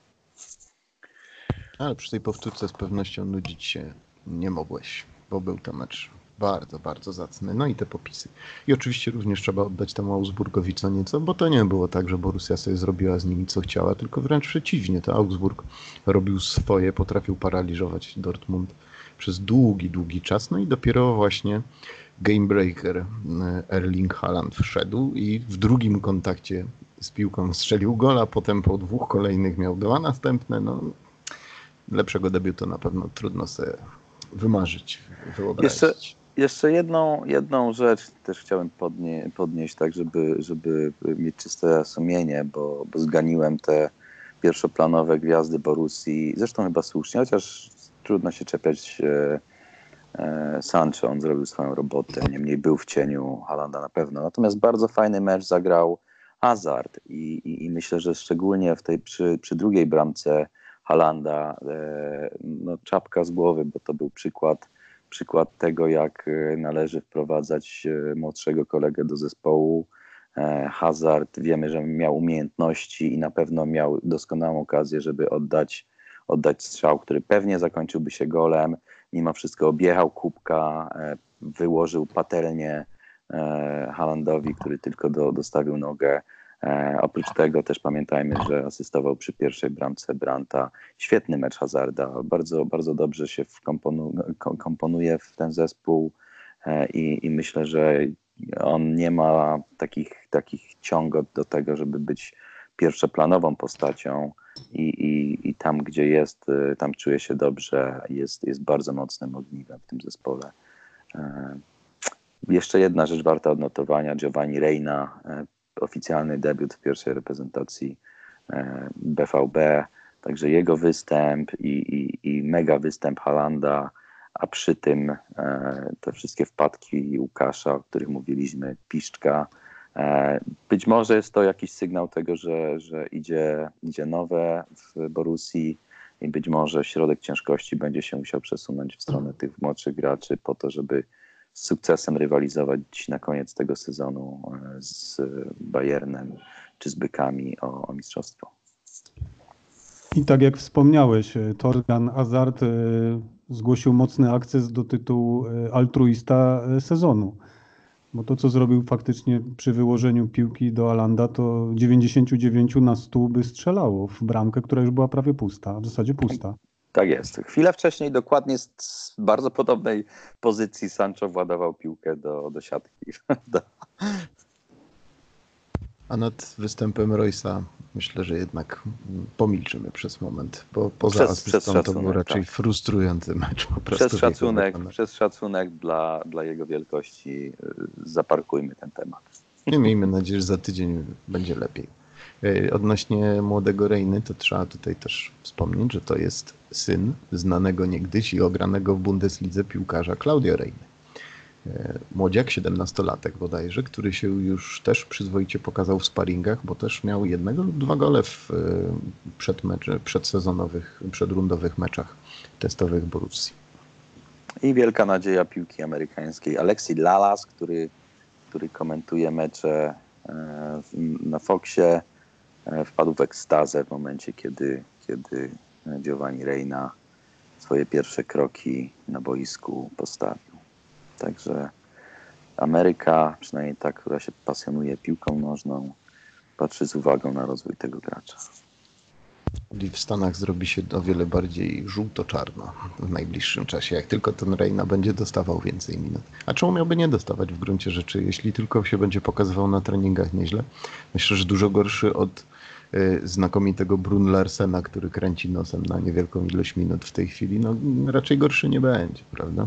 [SPEAKER 1] Ale przy tej powtórce z pewnością nudzić się nie mogłeś, bo był to mecz bardzo, bardzo zacny. No i te popisy. I oczywiście również trzeba oddać temu Augsburgowi co nieco, bo to nie było tak, że Borussia sobie zrobiła z nimi co chciała, tylko wręcz przeciwnie. To Augsburg robił swoje, potrafił paraliżować Dortmund przez długi, długi czas. No i dopiero właśnie gamebreaker Erling Haaland wszedł i w drugim kontakcie z piłką strzelił gola, potem po dwóch kolejnych miał dwa następne. No, lepszego debiutu na pewno trudno sobie wymarzyć, wyobrazić.
[SPEAKER 2] Jeszcze, jeszcze jedną, jedną rzecz też chciałem podnie, podnieść, tak żeby, żeby mieć czyste sumienie, bo, bo zganiłem te pierwszoplanowe gwiazdy Borussii, zresztą chyba słusznie, chociaż trudno się czepiać e, e, Sancho, on zrobił swoją robotę, niemniej był w cieniu Haalanda na pewno. Natomiast bardzo fajny mecz zagrał Hazard i, i, i myślę, że szczególnie w tej, przy, przy drugiej bramce Haalanda, e, no czapka z głowy, bo to był przykład, przykład tego, jak należy wprowadzać młodszego kolegę do zespołu. Hazard, wiemy, że miał umiejętności i na pewno miał doskonałą okazję, żeby oddać, oddać strzał, który pewnie zakończyłby się golem. Mimo wszystko objechał kubka, wyłożył patelnię Haalandowi, który tylko do, dostawił nogę. Oprócz tego też pamiętajmy, że asystował przy pierwszej bramce Brandta. Świetny mecz Hazarda, bardzo, bardzo dobrze się wkomponu, komponuje w ten zespół i, i myślę, że on nie ma takich, takich ciągot do tego, żeby być pierwszoplanową postacią i, i, i tam, gdzie jest, tam czuje się dobrze, jest, jest bardzo mocnym ogniwem w tym zespole. Jeszcze jedna rzecz warta odnotowania, Giovanni Reina, oficjalny debiut w pierwszej reprezentacji B V B, także jego występ i, i, i mega występ Haalanda, a przy tym e, te wszystkie wpadki Łukasza, o których mówiliśmy, Piszczka. E, być może jest to jakiś sygnał tego, że, że idzie, idzie nowe w Borussii i być może środek ciężkości będzie się musiał przesunąć w stronę tych młodszych graczy po to, żeby z sukcesem rywalizować dziś na koniec tego sezonu z Bayernem czy z Bykami o, o mistrzostwo.
[SPEAKER 3] I tak jak wspomniałeś, Torgan Hazard zgłosił mocny akces do tytułu altruista sezonu. Bo to, co zrobił faktycznie przy wyłożeniu piłki do Haalanda, to dziewięćdziesiąt dziewięć na sto by strzelało w bramkę, która już była prawie pusta, w zasadzie pusta.
[SPEAKER 2] Tak jest. Chwilę wcześniej dokładnie z bardzo podobnej pozycji Sancho władował piłkę do, do siatki.
[SPEAKER 1] A nad występem Roysa myślę, że jednak pomilczymy przez moment, bo poza
[SPEAKER 2] Przez-
[SPEAKER 1] asystą
[SPEAKER 2] przez
[SPEAKER 1] to był
[SPEAKER 2] szacunek,
[SPEAKER 1] raczej
[SPEAKER 2] tak.
[SPEAKER 1] frustrujący mecz. Po prostu
[SPEAKER 2] Przez szacunek,
[SPEAKER 1] wykonany.
[SPEAKER 2] przez szacunek dla, dla jego wielkości y, zaparkujmy ten temat.
[SPEAKER 1] I miejmy nadzieję, że za tydzień będzie lepiej. Yy, Odnośnie młodego Reiny, to trzeba tutaj też wspomnieć, że to jest syn znanego niegdyś i ogranego w Bundeslidze piłkarza Claudio Reiny. Yy, Młodziak, siedemnastolatek bodajże, który się już też przyzwoicie pokazał w sparingach, bo też miał jednego lub dwa gole w yy, przedmeczy, przedsezonowych, przedrundowych meczach testowych Borussii.
[SPEAKER 2] I wielka nadzieja piłki amerykańskiej. Alexi Lalas, który, który komentuje mecze e, na Foxie, e, wpadł w ekstazę w momencie, kiedy, kiedy Giovanni Reina swoje pierwsze kroki na boisku postawił. Także Ameryka, przynajmniej ta, która się pasjonuje piłką nożną, patrzy z uwagą na rozwój tego gracza.
[SPEAKER 1] I w Stanach zrobi się o wiele bardziej żółto-czarno w najbliższym czasie, jak tylko ten Reina będzie dostawał więcej minut. A czemu miałby nie dostawać w gruncie rzeczy, jeśli tylko się będzie pokazywał na treningach nieźle? Myślę, że dużo gorszy od y, znakomitego Brun Larsena, który kręci nosem na niewielką ilość minut w tej chwili. No raczej gorszy nie będzie, prawda?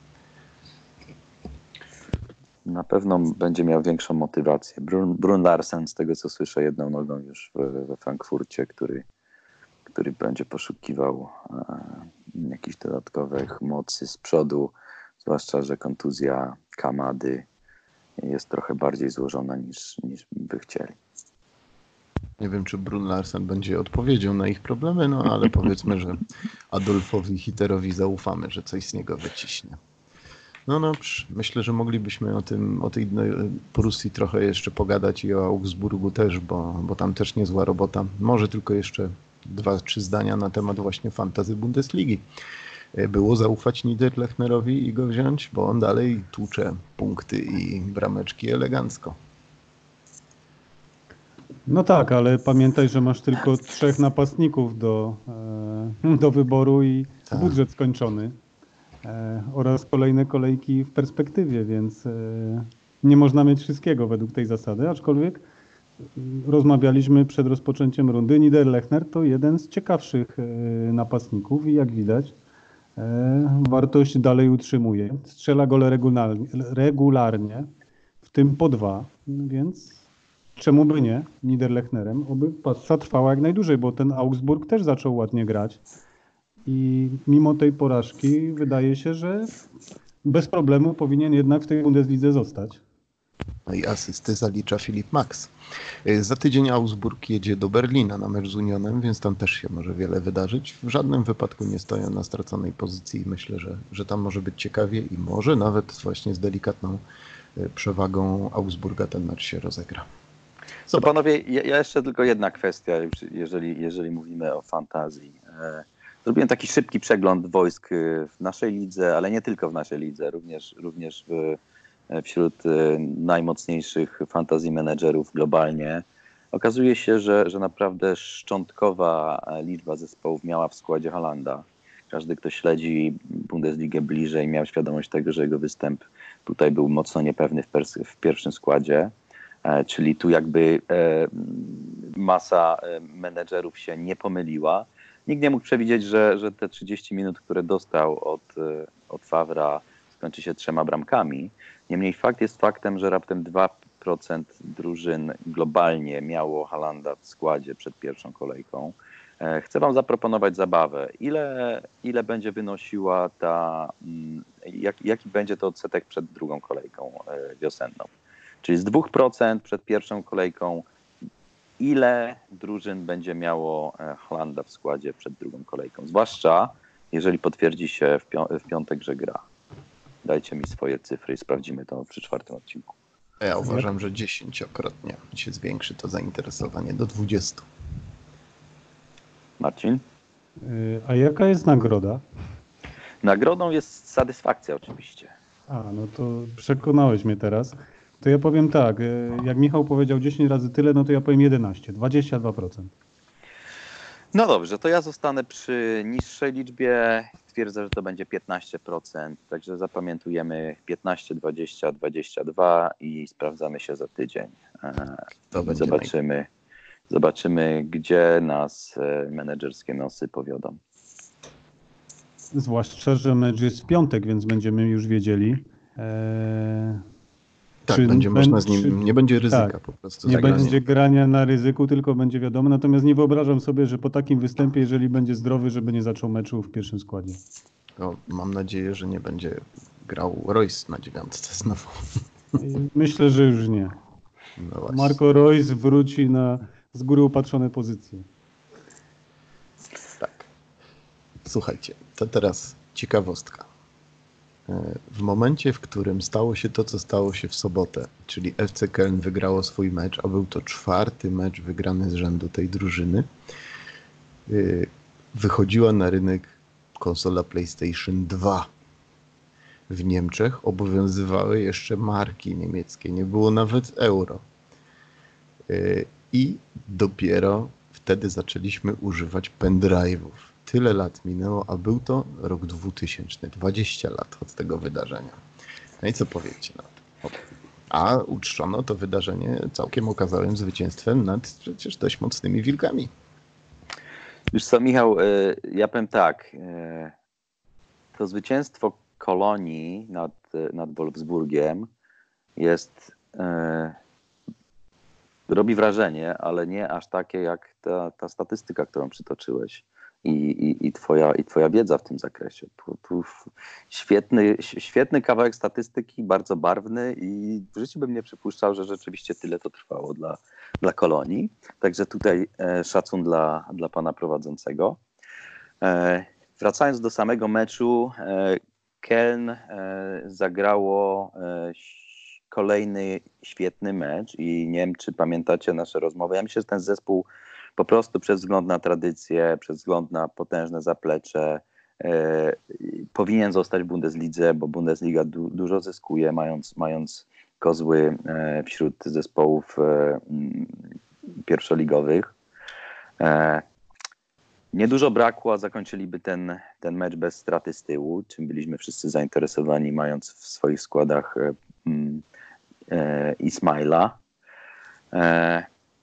[SPEAKER 2] Na pewno będzie miał większą motywację. Brun, Brun Larsen, z tego co słyszę, jedną nogą już we, we Frankfurcie, który, który będzie poszukiwał e, jakichś dodatkowych mocy z przodu, zwłaszcza, że kontuzja Kamady jest trochę bardziej złożona niż, niż by chcieli.
[SPEAKER 1] Nie wiem, czy Brun Larsen będzie odpowiedzią na ich problemy, no ale powiedzmy, że Adolfowi Hitterowi zaufamy, że coś z niego wyciśnie. No dobrze, myślę, że moglibyśmy o tym, o tej Borussii trochę jeszcze pogadać i o Augsburgu też, bo, bo tam też niezła robota. Może tylko jeszcze dwa, trzy zdania na temat właśnie fantasy Bundesligi. Było zaufać Niederlechnerowi i go wziąć, bo on dalej tłucze punkty i brameczki elegancko.
[SPEAKER 3] No tak, ale pamiętaj, że masz tylko trzech napastników do, e, do wyboru i
[SPEAKER 1] Tak.
[SPEAKER 3] budżet skończony. E, oraz kolejne kolejki w perspektywie, więc e, nie można mieć wszystkiego według tej zasady, aczkolwiek rozmawialiśmy przed rozpoczęciem rundy. Niederlechner to jeden z ciekawszych napastników i jak widać wartość dalej utrzymuje. Strzela gole regularnie, regularnie, w tym po dwa, więc czemu by nie Niederlechnerem? Oby pasa trwała jak najdłużej, bo ten Augsburg też zaczął ładnie grać i mimo tej porażki wydaje się, że bez problemu powinien jednak w tej Bundeslidze zostać.
[SPEAKER 1] No i asysty zalicza Filip Max. Za tydzień Augsburg jedzie do Berlina na mecz z Unionem, więc tam też się może wiele wydarzyć. W żadnym wypadku nie stoją na straconej pozycji i myślę, że, że tam może być ciekawie i może nawet właśnie z delikatną przewagą Augsburga ten mecz się rozegra.
[SPEAKER 2] To panowie, ja jeszcze tylko jedna kwestia, jeżeli, jeżeli mówimy o fantazji. Zrobiłem taki szybki przegląd wojsk w naszej lidze, ale nie tylko w naszej lidze, również, również w, wśród najmocniejszych fantasy menedżerów globalnie. Okazuje się, że, że naprawdę szczątkowa liczba zespołów miała w składzie Haalanda. Każdy, kto śledzi Bundesligę bliżej, miał świadomość tego, że jego występ tutaj był mocno niepewny w, pers- w pierwszym składzie. E, czyli tu jakby e, masa e, menedżerów się nie pomyliła. Nikt nie mógł przewidzieć, że, że te trzydzieści minut, które dostał od, od Favra, skończy się trzema bramkami. Niemniej fakt jest faktem, że raptem dwa procent drużyn globalnie miało Haalanda w składzie przed pierwszą kolejką. Chcę wam zaproponować zabawę. Ile, ile będzie wynosiła ta, jak, jaki będzie to odsetek przed drugą kolejką wiosenną? Czyli z dwóch procent przed pierwszą kolejką, ile drużyn będzie miało Haalanda w składzie przed drugą kolejką? Zwłaszcza jeżeli potwierdzi się w, pią- w piątek, że gra. Dajcie mi swoje cyfry i sprawdzimy to przy czwartym odcinku.
[SPEAKER 1] Ja uważam, że dziesięciokrotnie się zwiększy to zainteresowanie do dwudziestu.
[SPEAKER 2] Marcin?
[SPEAKER 3] A jaka jest nagroda?
[SPEAKER 2] Nagrodą jest satysfakcja oczywiście.
[SPEAKER 3] A, no to przekonałeś mnie teraz. To ja powiem tak, jak Michał powiedział dziesięć razy tyle, no to ja powiem jedenaście, dwadzieścia dwa procent.
[SPEAKER 2] No dobrze, to ja zostanę przy niższej liczbie. Twierdzę, że to będzie piętnaście procent, także zapamiętujemy piętnaście, dwadzieścia, dwadzieścia dwa i sprawdzamy się za tydzień.
[SPEAKER 1] To będzie
[SPEAKER 2] zobaczymy, naj... zobaczymy, gdzie nas menedżerskie nosy powiodą.
[SPEAKER 3] Zwłaszcza, że mecz jest w piątek, więc będziemy już wiedzieli. Eee...
[SPEAKER 1] Tak,
[SPEAKER 3] czy
[SPEAKER 1] będzie można z nim,
[SPEAKER 3] czy,
[SPEAKER 1] nie będzie ryzyka
[SPEAKER 3] tak,
[SPEAKER 1] po prostu.
[SPEAKER 3] Nie
[SPEAKER 1] zagrania.
[SPEAKER 3] będzie grania na ryzyku, tylko będzie wiadomo. Natomiast nie wyobrażam sobie, że po takim występie, jeżeli będzie zdrowy, żeby nie zaczął meczu w pierwszym składzie.
[SPEAKER 1] No, mam nadzieję, że nie będzie grał Royce na dziewiątce znowu.
[SPEAKER 3] Myślę, że już nie.
[SPEAKER 1] No właśnie.
[SPEAKER 3] Marco Royce wróci na z góry upatrzone pozycje.
[SPEAKER 1] Tak. Słuchajcie, to teraz ciekawostka. W momencie, w którym stało się to, co stało się w sobotę, czyli F C Köln wygrało swój mecz, a był to czwarty mecz wygrany z rzędu tej drużyny, wychodziła na rynek konsola PlayStation dwa. W Niemczech obowiązywały jeszcze marki niemieckie, nie było nawet euro. I dopiero wtedy zaczęliśmy używać pendrive'ów. Tyle lat minęło, a był to rok dwutysięczny, dwadzieścia lat od tego wydarzenia. No i co powiecie na to? A uczczono to wydarzenie całkiem okazałym zwycięstwem nad przecież dość mocnymi wilkami.
[SPEAKER 2] Wiesz co, Michał, ja powiem tak. To zwycięstwo Kolonii nad, nad Wolfsburgiem jest, robi wrażenie, ale nie aż takie jak ta, ta statystyka, którą przytoczyłeś. I, i, i, twoja, i twoja wiedza w tym zakresie. Tu, tu świetny, świetny kawałek statystyki, bardzo barwny i w życiu bym nie przypuszczał, że rzeczywiście tyle to trwało dla, dla Kolonii. Także tutaj e, szacun dla, dla pana prowadzącego. E, wracając do samego meczu, e, Köln e, zagrało e, kolejny świetny mecz i nie wiem, czy pamiętacie nasze rozmowy. Ja myślę, że ten zespół po prostu przez wzgląd na tradycję, przez wzgląd na potężne zaplecze e, powinien zostać w Bundeslidze, bo Bundesliga du, dużo zyskuje, mając, mając kozły e, wśród zespołów e, pierwszoligowych. E, niedużo brakło, a zakończyliby ten, ten mecz bez straty z tyłu, czym byliśmy wszyscy zainteresowani, mając w swoich składach e, e, Ismaila. E,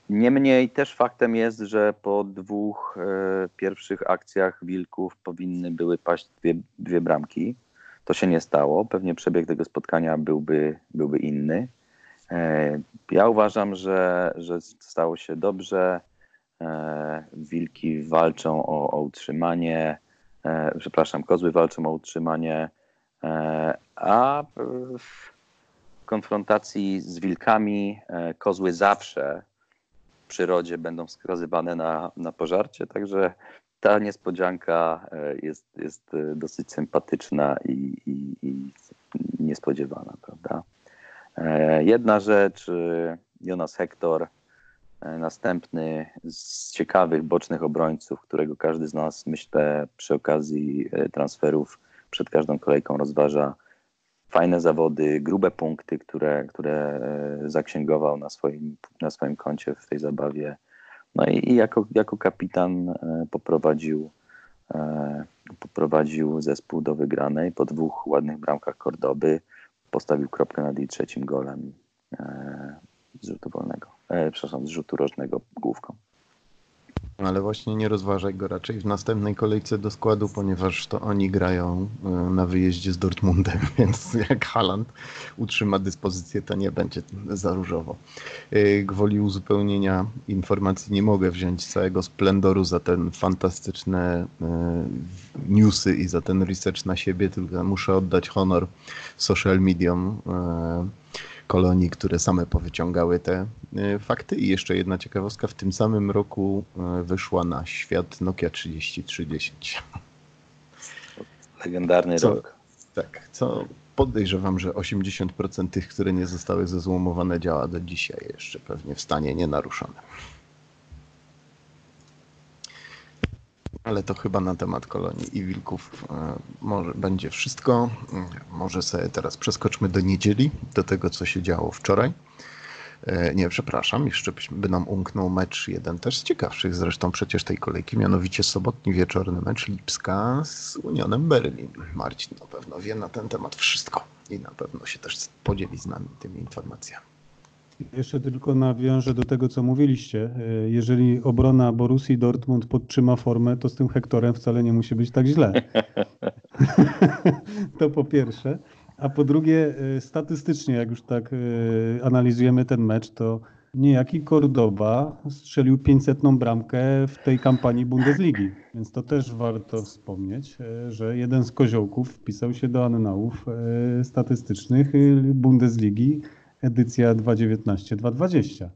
[SPEAKER 2] Niemniej też faktem jest, że po dwóch e, pierwszych akcjach Wilków powinny były paść dwie, dwie bramki. To się nie stało. Pewnie przebieg tego spotkania byłby, byłby inny. E, ja uważam, że, że stało się dobrze. E, Wilki walczą o, o utrzymanie, e, przepraszam, Kozły walczą o utrzymanie, e, a w konfrontacji z Wilkami e, Kozły zawsze w przyrodzie będą wskazywane na, na pożarcie, także ta niespodzianka jest, jest dosyć sympatyczna i, i, i niespodziewana, prawda? Jedna rzecz, Jonas Hector, następny z ciekawych bocznych obrońców, którego każdy z nas, myślę, przy okazji transferów przed każdą kolejką rozważa. Fajne zawody, grube punkty, które, które zaksięgował na swoim, na swoim koncie w tej zabawie. No i, i jako, jako kapitan poprowadził, poprowadził zespół do wygranej. Po dwóch ładnych bramkach Cordoby postawił kropkę nad jej trzecim golem z rzutu wolnego, e, przepraszam, z rzutu rożnego główką.
[SPEAKER 1] Ale właśnie nie rozważaj go raczej w następnej kolejce do składu, ponieważ to oni grają na wyjeździe z Dortmundem, więc jak Haaland utrzyma dyspozycję, to nie będzie za różowo. Gwoli uzupełnienia informacji nie mogę wziąć całego splendoru za ten fantastyczne newsy i za ten research na siebie, tylko muszę oddać honor social mediom Kolonii, które same powyciągały te fakty. I jeszcze jedna ciekawostka, w tym samym roku wyszła na świat Nokia trzydzieści trzy dziesięć.
[SPEAKER 2] Legendarny
[SPEAKER 1] co,
[SPEAKER 2] rok.
[SPEAKER 1] Tak, co podejrzewam, że osiemdziesiąt procent tych, które nie zostały zezłomowane, działa do dzisiaj jeszcze pewnie w stanie nienaruszone. Ale to chyba na temat Kolonii i Wilków może będzie wszystko. Może sobie teraz przeskoczmy do niedzieli, do tego, co się działo wczoraj. Nie, przepraszam, jeszcze by nam umknął mecz jeden też z ciekawszych zresztą przecież tej kolejki, mianowicie sobotni wieczorny mecz Lipska z Unionem Berlin. Marcin na pewno wie na ten temat wszystko i na pewno się też podzieli z nami tymi informacjami.
[SPEAKER 3] Jeszcze tylko nawiążę do tego, co mówiliście. Jeżeli obrona Borussii Dortmund podtrzyma formę, to z tym Hektorem wcale nie musi być tak źle. To po pierwsze. A po drugie, statystycznie, jak już tak analizujemy ten mecz, to niejaki Cordoba strzelił pięćsetną bramkę w tej kampanii Bundesligi. Więc to też warto wspomnieć, że jeden z koziołków wpisał się do annałów statystycznych Bundesligi edycja dwa tysiące dziewiętnaście dwa tysiące dwadzieścia.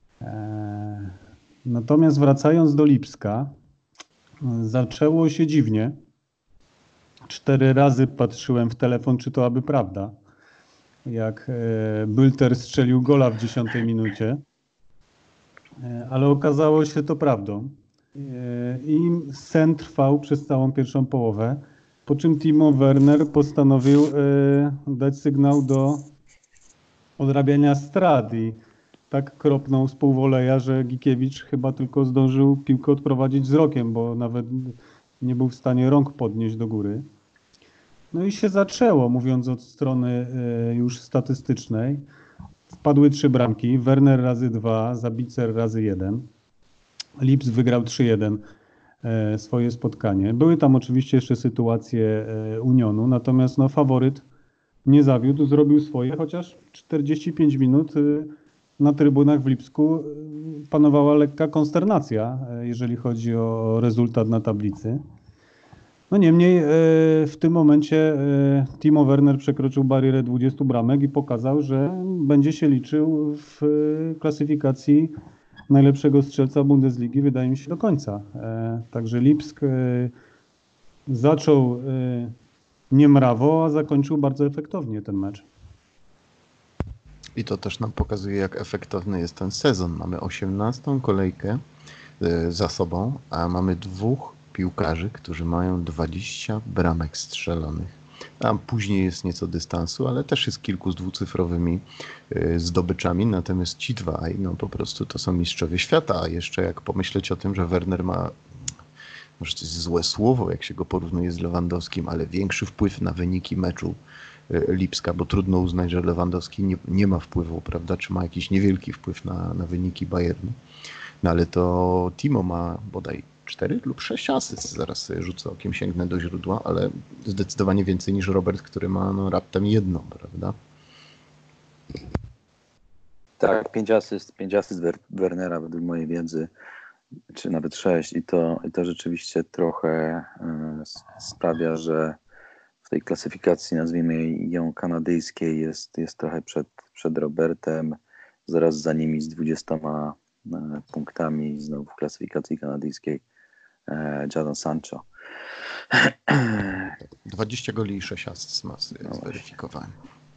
[SPEAKER 3] Natomiast wracając do Lipska, zaczęło się dziwnie. Cztery razy patrzyłem w telefon, czy to aby prawda. Jak Bülter strzelił gola w dziesiątej minucie. Ale okazało się to prawdą. I sen trwał przez całą pierwszą połowę. Po czym Timo Werner postanowił dać sygnał do odrabiania strat i tak kropnął z półwoleja, że Gikiewicz chyba tylko zdążył piłkę odprowadzić wzrokiem, bo nawet nie był w stanie rąk podnieść do góry. No i się zaczęło, mówiąc od strony już statystycznej. Wpadły trzy bramki, Werner razy dwa, Zabicer razy jeden. Lips wygrał trzy jeden swoje spotkanie. Były tam oczywiście jeszcze sytuacje Unionu, natomiast no, faworyt nie zawiódł, zrobił swoje, chociaż czterdzieści pięć minut na trybunach w Lipsku panowała lekka konsternacja, jeżeli chodzi o rezultat na tablicy. No niemniej w tym momencie Timo Werner przekroczył barierę dwudziestu bramek i pokazał, że będzie się liczył w klasyfikacji najlepszego strzelca Bundesligi, wydaje mi się, do końca. Także Lipsk zaczął niemrawo, a zakończył bardzo efektownie ten mecz.
[SPEAKER 1] I to też nam pokazuje, jak efektowny jest ten sezon. Mamy osiemnastą kolejkę za sobą, a mamy dwóch piłkarzy, którzy mają dwadzieścia bramek strzelonych. Tam później jest nieco dystansu, ale też jest kilku z dwucyfrowymi zdobyczami. Natomiast ci dwaj, no po prostu to są mistrzowie świata. A jeszcze jak pomyśleć o tym, że Werner ma, może to jest złe słowo, jak się go porównuje z Lewandowskim, ale większy wpływ na wyniki meczu Lipska, bo trudno uznać, że Lewandowski nie, nie ma wpływu, prawda, czy ma jakiś niewielki wpływ na, na wyniki Bayernu. No ale to Timo ma bodaj cztery lub sześć asyst, zaraz sobie rzucę okiem, sięgnę do źródła, ale zdecydowanie więcej niż Robert, który ma no, raptem jedną, prawda?
[SPEAKER 2] Tak, pięć asyst, pięć asyst Wernera według mojej wiedzy, czy nawet sześć i to, i to rzeczywiście trochę y, sprawia, że w tej klasyfikacji, nazwijmy ją kanadyjskiej, jest, jest trochę przed, przed Robertem, zaraz za nimi z dwudziestoma y, punktami znowu w klasyfikacji kanadyjskiej y, Jadon Sancho.
[SPEAKER 1] dwadzieścia goli i sześć asyst ma,
[SPEAKER 2] No
[SPEAKER 1] zweryfikowałem.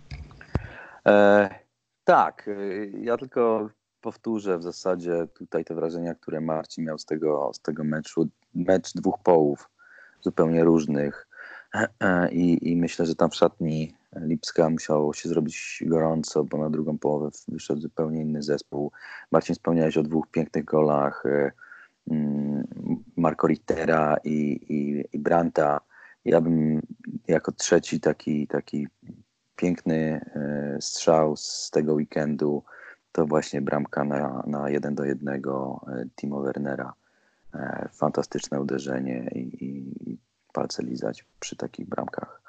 [SPEAKER 2] E, tak, ja tylko powtórzę w zasadzie tutaj te wrażenia, które Marcin miał z tego, z tego meczu. Mecz dwóch połów, zupełnie różnych. I, I myślę, że tam w szatni Lipska musiało się zrobić gorąco, bo na drugą połowę wyszedł zupełnie inny zespół. Marcin, wspomniałeś o dwóch pięknych golach Marco Rittera i, i, i Brandta. Ja bym jako trzeci taki, taki piękny strzał z tego weekendu to właśnie bramka na, na jeden do jednego Timo Wernera. Fantastyczne uderzenie i, i palce lizać przy takich bramkach.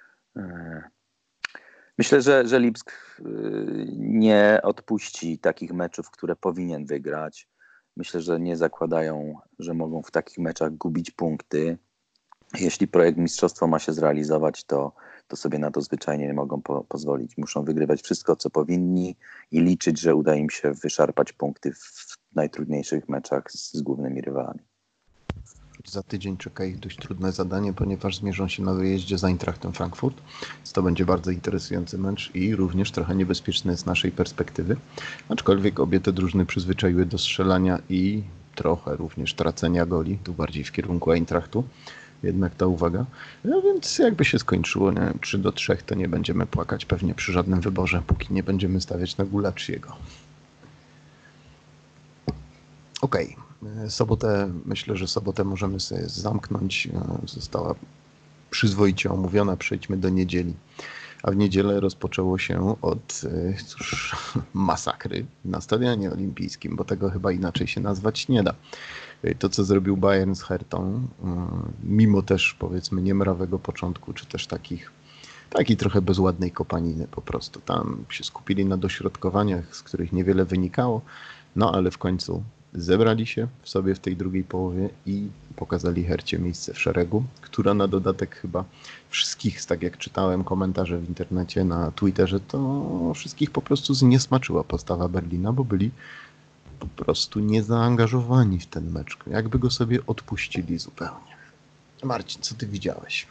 [SPEAKER 2] Myślę, że, że Lipsk nie odpuści takich meczów, które powinien wygrać. Myślę, że nie zakładają, że mogą w takich meczach gubić punkty. Jeśli projekt mistrzostwa ma się zrealizować, to, to sobie na to zwyczajnie nie mogą po, pozwolić. Muszą wygrywać wszystko, co powinni i liczyć, że uda im się wyszarpać punkty w najtrudniejszych meczach z, z głównymi rywalami.
[SPEAKER 1] Za tydzień czeka ich dość trudne zadanie, ponieważ zmierzą się na wyjeździe z Eintrachtem Frankfurt. Więc to będzie bardzo interesujący mecz i również trochę niebezpieczny z naszej perspektywy. Aczkolwiek obie te drużyny przyzwyczaiły do strzelania i trochę również tracenia goli, tu bardziej w kierunku Eintrachtu. Jednak ta uwaga. No więc jakby się skończyło, nie wiem, trzy do trzech, to nie będziemy płakać pewnie przy żadnym wyborze, póki nie będziemy stawiać na Gulaczyego. Okej. Okay. Sobotę, myślę, że sobotę możemy sobie zamknąć. Została przyzwoicie omówiona. Przejdźmy do niedzieli. A w niedzielę rozpoczęło się od cóż, masakry na Stadionie Olimpijskim, bo tego chyba inaczej się nazwać nie da. To, co zrobił Bayern z Hertą, mimo też powiedzmy niemrawego początku, czy też takich, takiej trochę bezładnej kopaniny po prostu. Tam się skupili na dośrodkowaniach, z których niewiele wynikało, no ale w końcu zebrali się w sobie w tej drugiej połowie i pokazali Hercie miejsce w szeregu, która na dodatek chyba wszystkich, tak jak czytałem komentarze w internecie, na Twitterze, to wszystkich po prostu zniesmaczyła postawa Berlina, bo byli po prostu niezaangażowani w ten mecz. Jakby go sobie odpuścili zupełnie. Marcin, co ty widziałeś?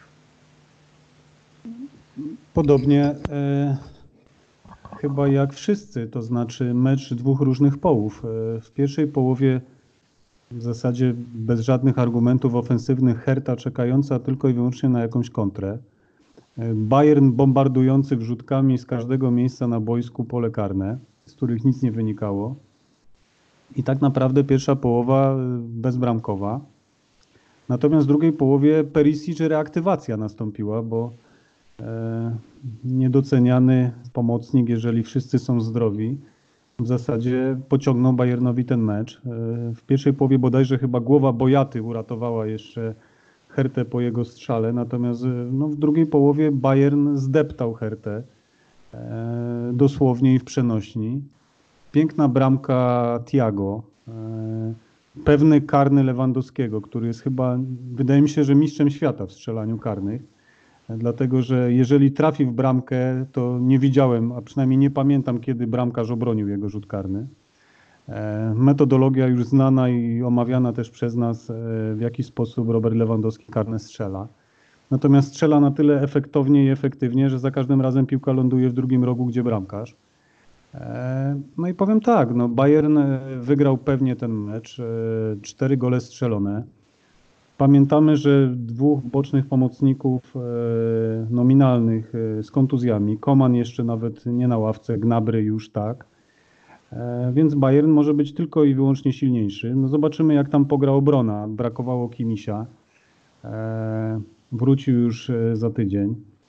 [SPEAKER 3] Podobnie e, chyba jak wszyscy, to znaczy mecz dwóch różnych połów. E, w pierwszej połowie w zasadzie bez żadnych argumentów ofensywnych Herta czekająca tylko i wyłącznie na jakąś kontrę. E, Bayern bombardujący wrzutkami z każdego miejsca na boisku pole karne, z których nic nie wynikało. I tak naprawdę pierwsza połowa bezbramkowa. Natomiast w drugiej połowie Perisic reaktywacja nastąpiła, bo e, niedoceniany pomocnik, jeżeli wszyscy są zdrowi, w zasadzie pociągnął Bayernowi ten mecz. E, w pierwszej połowie bodajże chyba głowa Bojaty uratowała jeszcze Hertę po jego strzale, natomiast no, w drugiej połowie Bayern zdeptał Hertę e, dosłownie i w przenośni. Piękna bramka Thiago, pewny karny Lewandowskiego, który jest chyba, wydaje mi się, że mistrzem świata w strzelaniu karnych, dlatego że jeżeli trafi w bramkę, to nie widziałem, a przynajmniej nie pamiętam, kiedy bramkarz obronił jego rzut karny. Metodologia już znana i omawiana też przez nas, w jaki sposób Robert Lewandowski karne strzela. Natomiast strzela na tyle efektownie i efektywnie, że za każdym razem piłka ląduje w drugim rogu, gdzie bramkarz. No i powiem tak, no Bayern wygrał pewnie ten mecz, cztery gole strzelone. Pamiętamy, że dwóch bocznych pomocników nominalnych z kontuzjami, Koman jeszcze nawet nie na ławce, Gnabry już tak, więc Bayern może być tylko i wyłącznie silniejszy. No zobaczymy, jak tam pogra obrona, brakowało Kimisia, wrócił już za tydzień.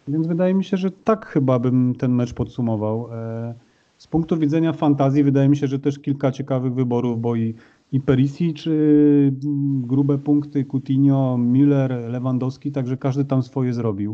[SPEAKER 3] Więc wydaje mi się, że tak chyba bym ten mecz podsumował. Z punktu widzenia fantazji wydaje mi się, że też kilka ciekawych wyborów, bo i, i Perisic, czy grube punkty, Coutinho, Müller, Lewandowski, także każdy tam swoje zrobił.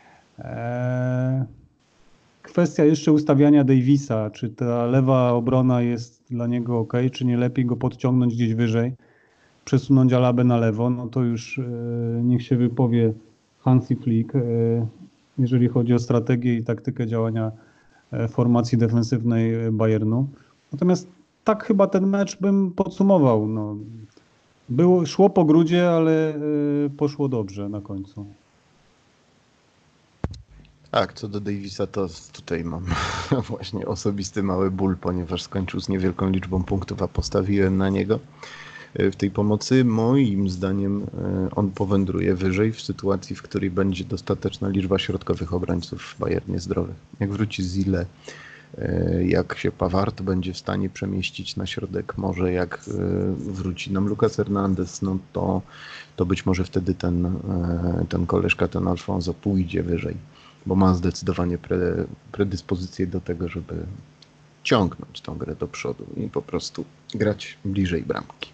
[SPEAKER 3] Kwestia jeszcze ustawiania Davisa, czy ta lewa obrona jest dla niego ok, czy nie lepiej go podciągnąć gdzieś wyżej, przesunąć Alabę na lewo, no to już niech się wypowie Hansi Flick, jeżeli chodzi o strategię i taktykę działania formacji defensywnej Bayernu. Natomiast tak chyba ten mecz bym podsumował. No, było, szło po grudzie, ale poszło dobrze na końcu.
[SPEAKER 1] Tak, co do Davisa, to tutaj mam właśnie osobisty mały ból, ponieważ skończył z niewielką liczbą punktów, a postawiłem na niego w tej pomocy. Moim zdaniem on powędruje wyżej w sytuacji, w której będzie dostateczna liczba środkowych obrońców w Bayernie zdrowych. Jak wróci Zile, jak się Pavard będzie w stanie przemieścić na środek, może jak wróci nam Lucas Hernandez, no to, to być może wtedy ten, ten koleżka, ten Alfonso pójdzie wyżej, bo ma zdecydowanie pre, predyspozycję do tego, żeby ciągnąć tą grę do przodu i po prostu grać bliżej bramki.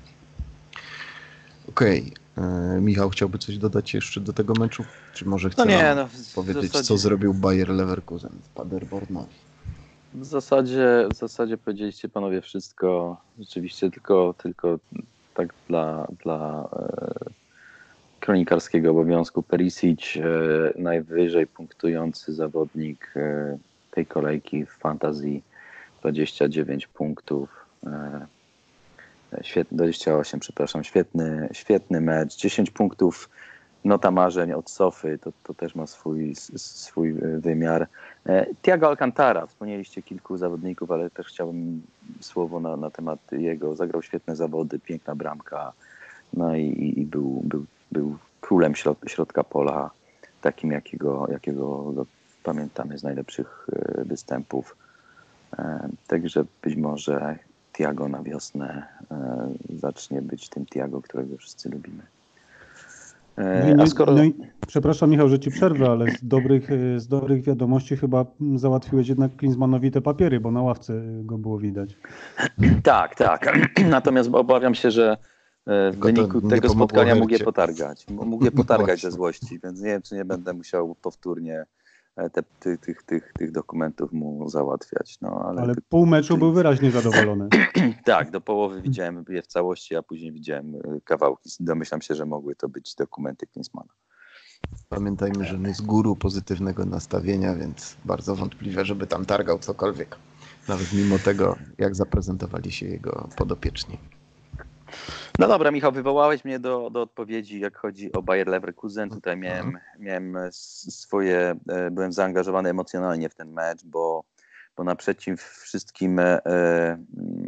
[SPEAKER 1] Okej. Okay. Michał, chciałby coś dodać jeszcze do tego meczu? Czy może chce
[SPEAKER 2] no nie, no,
[SPEAKER 1] powiedzieć,
[SPEAKER 2] zasadzie...
[SPEAKER 1] co zrobił Bayer Leverkusen z Paderbornowi?
[SPEAKER 2] W zasadzie, w zasadzie powiedzieliście panowie wszystko. Rzeczywiście tylko, tylko tak dla, dla e, kronikarskiego obowiązku. Perisic, e, najwyżej punktujący zawodnik e, tej kolejki w Fantazji, dwadzieścia dziewięć punktów. E, świetny, dwadzieścia osiem, przepraszam, świetny, świetny mecz, dziesięć punktów, nota marzeń od Sofy, to, to też ma swój, swój wymiar. Thiago Alcantara, wspomnieliście kilku zawodników, ale też chciałbym słowo na, na temat jego. Zagrał świetne zawody, piękna bramka, no i, i był, był, był królem środ, środka pola, takim jakiego, jakiego go pamiętamy z najlepszych występów. Także być może Thiago na wiosnę zacznie być tym Thiago, którego wszyscy lubimy.
[SPEAKER 3] No i nie, skoro... no i, przepraszam Michał, że ci przerwę, ale z dobrych, z dobrych wiadomości chyba załatwiłeś jednak Klinsmanowi te papiery, bo na ławce go było widać.
[SPEAKER 2] Tak, tak. Natomiast obawiam się, że w Tylko wyniku to tego spotkania mógł je potargać. Mógł je potargać ze złości, więc nie wiem, czy nie będę musiał powtórnie te, ty, tych, tych, tych dokumentów mu załatwiać. No, ale
[SPEAKER 3] ale
[SPEAKER 2] ty,
[SPEAKER 3] pół meczu
[SPEAKER 2] ty...
[SPEAKER 3] był wyraźnie zadowolony.
[SPEAKER 2] Tak, do połowy widziałem je w całości, a później widziałem kawałki. Domyślam się, że mogły to być dokumenty Klinsmana.
[SPEAKER 1] Pamiętajmy, że on jest guru pozytywnego nastawienia, więc bardzo wątpliwe, żeby tam targał cokolwiek. Nawet mimo tego, jak zaprezentowali się jego podopieczni.
[SPEAKER 2] No dobra, Michał, wywołałeś mnie do, do odpowiedzi, jak chodzi o Bayer Leverkusen. Tutaj miałem, miałem swoje, byłem zaangażowany emocjonalnie w ten mecz, bo, bo naprzeciw wszystkim e, e,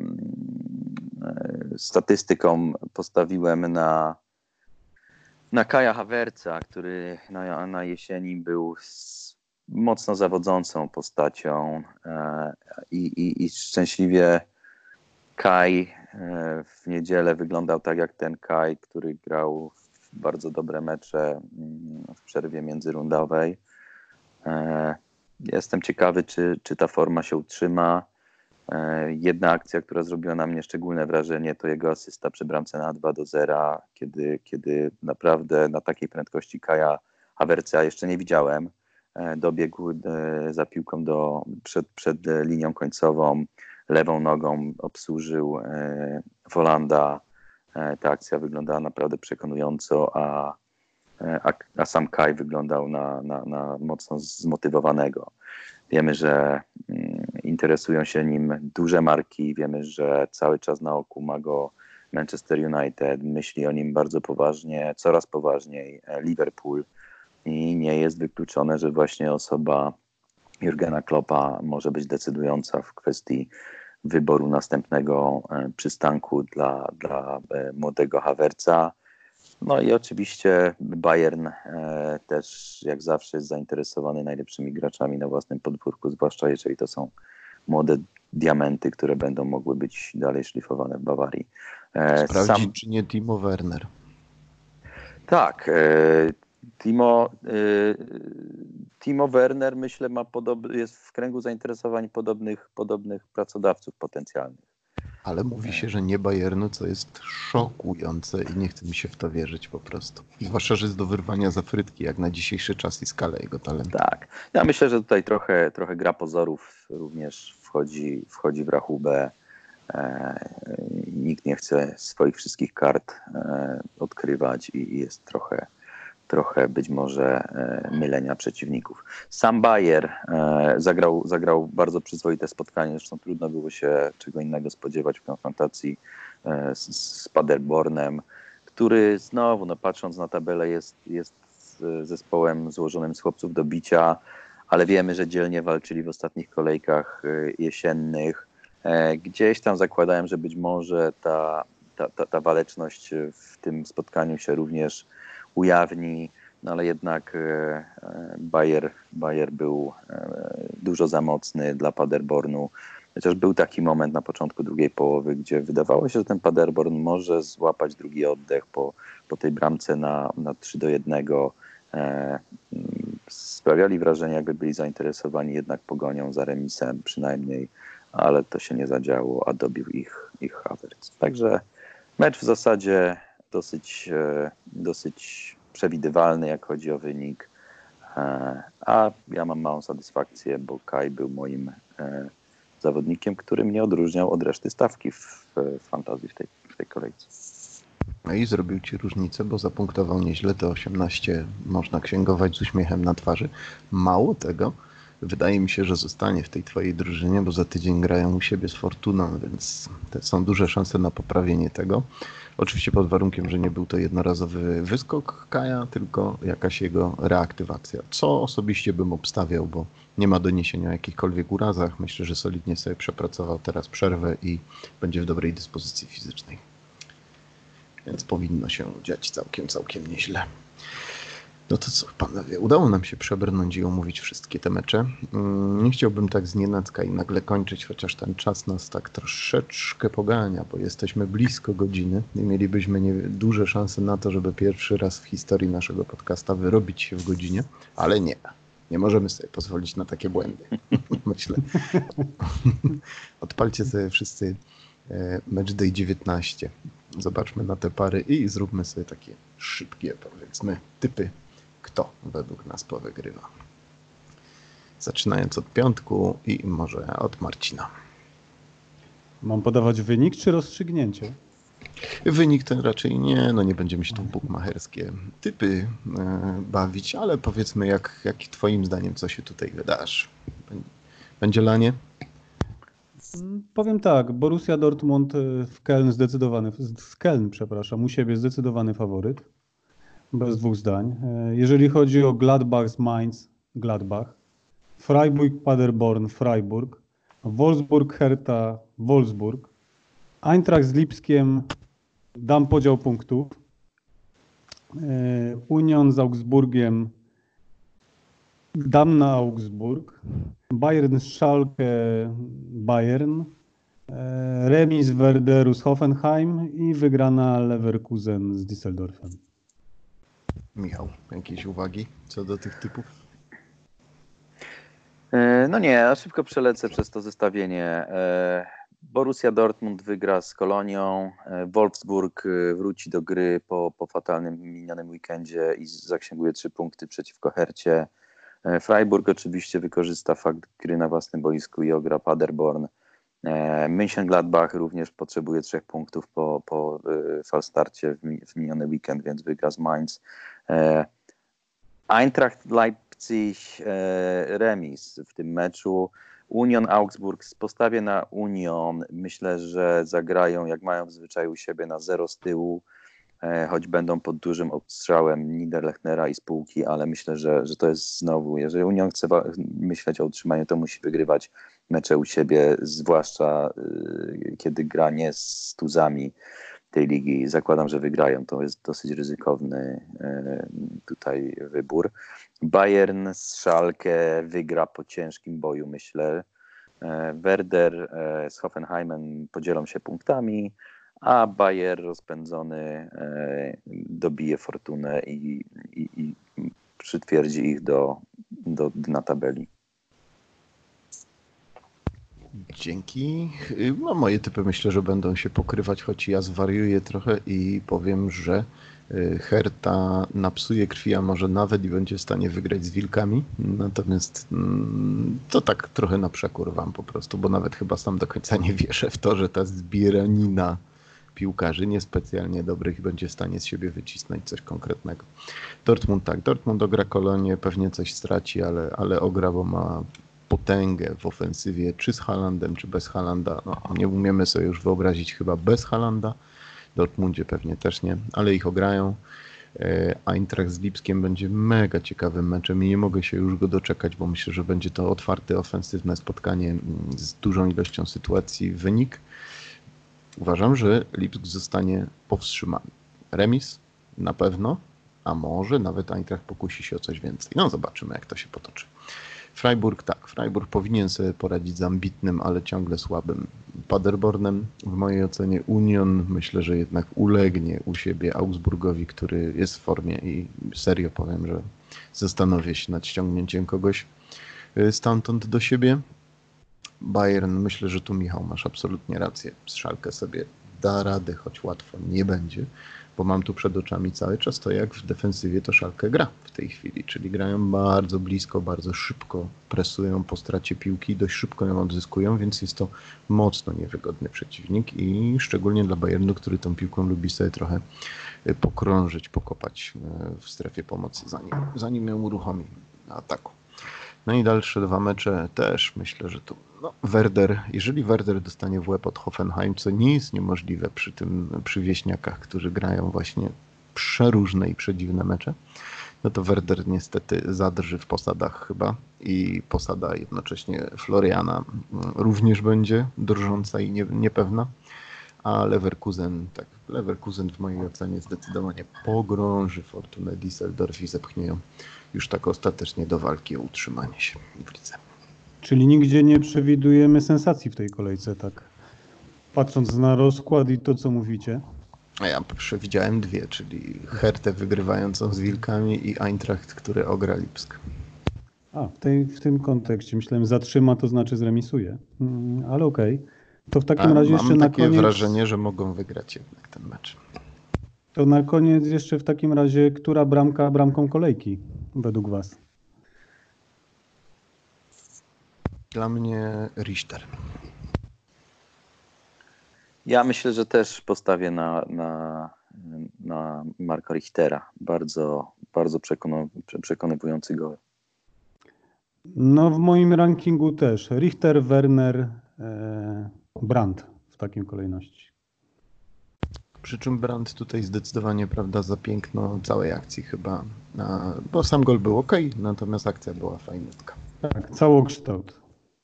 [SPEAKER 2] statystykom postawiłem na, na Kaja Havertza, który na, na jesieni był mocno zawodzącą postacią e, i, i, i szczęśliwie Kaj w niedzielę wyglądał tak jak ten Kaj, który grał w bardzo dobre mecze w przerwie międzyrundowej. Jestem ciekawy, czy, czy ta forma się utrzyma. Jedna akcja, która zrobiła na mnie szczególne wrażenie, to jego asysta przy bramce na dwa do zera, kiedy, kiedy naprawdę na takiej prędkości Kaja Havertza jeszcze nie widziałem. Dobiegł za piłką do, przed, przed linią końcową, lewą nogą obsłużył e, Wolanda. E, ta akcja wyglądała naprawdę przekonująco, a, a, a sam Kaj wyglądał na, na, na mocno zmotywowanego. Wiemy, że mm, interesują się nim duże marki, wiemy, że cały czas na oku ma go Manchester United, myśli o nim bardzo poważnie, coraz poważniej Liverpool i nie jest wykluczone, że właśnie osoba Jurgena Kloppa może być decydująca w kwestii wyboru następnego przystanku dla, dla młodego Havertza. No i oczywiście Bayern też jak zawsze jest zainteresowany najlepszymi graczami na własnym podwórku, zwłaszcza jeżeli to są młode diamenty, które będą mogły być dalej szlifowane w Bawarii.
[SPEAKER 1] Sprawdzić, Sam... czy nie Timo Werner.
[SPEAKER 2] Tak, Timo, y, Timo Werner, myślę, ma podobny, jest w kręgu zainteresowań podobnych, podobnych pracodawców potencjalnych.
[SPEAKER 1] Ale mówi się, że nie Bayernu, co jest szokujące i nie chce mi się w to wierzyć po prostu. Zwłaszcza, że jest do wyrwania za frytki, jak na dzisiejszy czas i skalę jego talentu.
[SPEAKER 2] Tak. Ja myślę, że tutaj trochę, trochę gra pozorów również wchodzi, wchodzi w rachubę. E, nikt nie chce swoich wszystkich kart e, odkrywać i jest trochę, trochę być może e, mylenia przeciwników. Sam Bayer e, zagrał, zagrał bardzo przyzwoite spotkanie, zresztą trudno było się czego innego spodziewać w konfrontacji e, z, z Paderbornem, który znowu, no patrząc na tabelę, jest, jest zespołem złożonym z chłopców do bicia, ale wiemy, że dzielnie walczyli w ostatnich kolejkach jesiennych. Gdzieś tam zakładałem, że być może ta, ta, ta, ta waleczność w tym spotkaniu się również ujawni, no ale jednak Bayer, Bayer był dużo za mocny dla Paderbornu. Chociaż był taki moment na początku drugiej połowy, gdzie wydawało się, że ten Paderborn może złapać drugi oddech po, po tej bramce na, na trzy do jednego. E, sprawiali wrażenie, jakby byli zainteresowani jednak pogonią za remisem przynajmniej, ale to się nie zadziało, a dobił ich, ich Havertz. Także mecz w zasadzie dosyć, e, dosyć przewidywalny, jak chodzi o wynik, e, a ja mam małą satysfakcję, bo Kai był moim e, zawodnikiem, który mnie odróżniał od reszty stawki w, w fantazji w tej, w tej kolejce.
[SPEAKER 1] No i zrobił ci różnicę, bo zapunktował nieźle, te osiemnaście można księgować z uśmiechem na twarzy. Mało tego, wydaje mi się, że zostanie w tej twojej drużynie, bo za tydzień grają u siebie z Fortuną, więc te są duże szanse na poprawienie tego. Oczywiście pod warunkiem, że nie był to jednorazowy wyskok Kaja, tylko jakaś jego reaktywacja. Co osobiście bym obstawiał, bo nie ma doniesienia o jakichkolwiek urazach. Myślę, że solidnie sobie przepracował teraz przerwę i będzie w dobrej dyspozycji fizycznej. Więc powinno się dziać całkiem, całkiem nieźle. No to co, panowie, udało nam się przebrnąć i omówić wszystkie te mecze. Nie chciałbym tak znienacka i nagle kończyć, chociaż ten czas nas tak troszeczkę pogania, bo jesteśmy blisko godziny i mielibyśmy nie, duże szanse na to, żeby pierwszy raz w historii naszego podcasta wyrobić się w godzinie, ale nie. Nie możemy sobie pozwolić na takie błędy, myślę. Odpalcie sobie wszyscy Matchday dziewiętnaście. Zobaczmy na te pary i zróbmy sobie takie szybkie, powiedzmy, typy, kto według nas powygrywa. Zaczynając od piątku i może od Marcina.
[SPEAKER 3] Mam podawać wynik czy rozstrzygnięcie?
[SPEAKER 1] Wynik ten raczej nie, no nie będziemy się tu w bukmacherskie typy e, bawić, ale powiedzmy jak, jak twoim zdaniem co się tutaj wydarzy. Będzie lanie?
[SPEAKER 3] Powiem tak, Borussia Dortmund w Keln zdecydowany, w Keln, przepraszam, u siebie zdecydowany faworyt, bez dwóch zdań. Jeżeli chodzi o Gladbach z Mainz, Gladbach, Freiburg, Paderborn, Freiburg, Wolfsburg, Hertha, Wolfsburg, Eintracht z Lipskiem, dam podział punktów, Union z Augsburgiem, dam na Augsburg, Bayern z Schalke, Bayern, remis Werderu z Hoffenheim i wygrana Leverkusen z Düsseldorfem.
[SPEAKER 1] Michał, jakieś uwagi co do tych typów?
[SPEAKER 2] No nie, ja szybko przelecę przez to zestawienie. Borussia Dortmund wygra z Kolonią, Wolfsburg wróci do gry po, po fatalnym minionym weekendzie i zaksięguje trzy punkty przeciwko Hercie. Freiburg oczywiście wykorzysta fakt gry na własnym boisku i ogra Paderborn. Mönchengladbach również potrzebuje trzech punktów po, po falstarcie w miniony weekend, więc wygra z Mainz. Eintracht Leipzig remis w tym meczu. Union Augsburg, postawię na Union. Myślę, że zagrają jak mają w zwyczaju u siebie na zero z tyłu, choć będą pod dużym obstrzałem Niederlechnera i spółki, ale myślę, że, że to jest znowu, jeżeli Union chce myśleć o utrzymaniu, to musi wygrywać mecze u siebie, zwłaszcza y, kiedy gra nie z tuzami tej ligi. Zakładam, że wygrają. To jest dosyć ryzykowny y, tutaj wybór. Bayern z Schalke wygra po ciężkim boju, myślę. Werder z Hoffenheimem podzielą się punktami, a Bayer rozpędzony dobije Fortunę i, i, i przytwierdzi ich do, do dna tabeli.
[SPEAKER 1] Dzięki. No, moje typy myślę, że będą się pokrywać, choć ja zwariuję trochę i powiem, że Hertha napsuje krwi, a może nawet i będzie w stanie wygrać z Wilkami. Natomiast to tak trochę na przekór wam po prostu, bo nawet chyba sam do końca nie wierzę w to, że ta zbieranina piłkarzy niespecjalnie dobrych będzie w stanie z siebie wycisnąć coś konkretnego. Dortmund tak, Dortmund ogra Kolonię, pewnie coś straci, ale, ale ogra, bo ma potęgę w ofensywie, czy z Haalandem, czy bez Haalanda. No, nie umiemy sobie już wyobrazić chyba bez Haalanda. Dortmundzie pewnie też nie, ale ich ograją. Eintracht z Lipskiem będzie mega ciekawym meczem i nie mogę się już go doczekać, bo myślę, że będzie to otwarte, ofensywne spotkanie z dużą ilością sytuacji. Wynik uważam, że Lipsk zostanie powstrzymany. Remis na pewno, a może nawet Eintracht pokusi się o coś więcej. No zobaczymy, jak to się potoczy. Freiburg tak, Freiburg powinien sobie poradzić z ambitnym, ale ciągle słabym Paderbornem. W mojej ocenie Union myślę, że jednak ulegnie u siebie Augsburgowi, który jest w formie i serio powiem, że zastanowię się nad ściągnięciem kogoś stamtąd do siebie. Bayern, myślę, że tu Michał masz absolutnie rację. Schalke sobie da radę, choć łatwo nie będzie, bo mam tu przed oczami cały czas to, jak w defensywie to Schalke gra w tej chwili, czyli grają bardzo blisko, bardzo szybko, presują po stracie piłki, dość szybko ją odzyskują, więc jest to mocno niewygodny przeciwnik i szczególnie dla Bayernu, który tą piłką lubi sobie trochę pokrążyć, pokopać w strefie pomocy, zanim, zanim ją uruchomi na ataku. No i dalsze dwa mecze też myślę, że tu no, Werder, jeżeli Werder dostanie w łeb od Hoffenheim, co nie jest niemożliwe przy tym, przy wieśniakach, którzy grają właśnie przeróżne i przedziwne mecze, no to Werder niestety zadrży w posadach chyba i posada jednocześnie Floriana również będzie drżąca i nie, niepewna, a Leverkusen, tak, Leverkusen w mojej ocenie zdecydowanie pogrąży Fortunę Düsseldorf i zepchnie ją już tak ostatecznie do walki o utrzymanie się w lidze.
[SPEAKER 3] Czyli nigdzie nie przewidujemy sensacji w tej kolejce, tak? Patrząc na rozkład i to, co mówicie.
[SPEAKER 1] A ja przewidziałem dwie, czyli Hertę wygrywającą z Wilkami i Eintracht, który ogra Lipsk.
[SPEAKER 3] A, w, tej, w tym kontekście myślałem, zatrzyma, to znaczy zremisuje. Mm, ale okej. Okay. To w takim
[SPEAKER 1] A
[SPEAKER 3] razie
[SPEAKER 1] mam
[SPEAKER 3] jeszcze na
[SPEAKER 1] takie
[SPEAKER 3] koniec...
[SPEAKER 1] wrażenie, że mogą wygrać jednak ten mecz.
[SPEAKER 3] To na koniec jeszcze w takim razie, która bramka bramką kolejki według was?
[SPEAKER 1] Dla mnie Richter.
[SPEAKER 2] Ja myślę, że też postawię na, na, na Marka Richtera. Bardzo, bardzo przekona, przekonywujący gol.
[SPEAKER 3] No w moim rankingu też. Richter, Werner, e, Brandt w takiej kolejności.
[SPEAKER 1] Przy czym Brandt tutaj zdecydowanie, prawda, za piękno całej akcji chyba, a, bo sam gol był ok, natomiast akcja była fajniutka.
[SPEAKER 3] Tak, całokształt.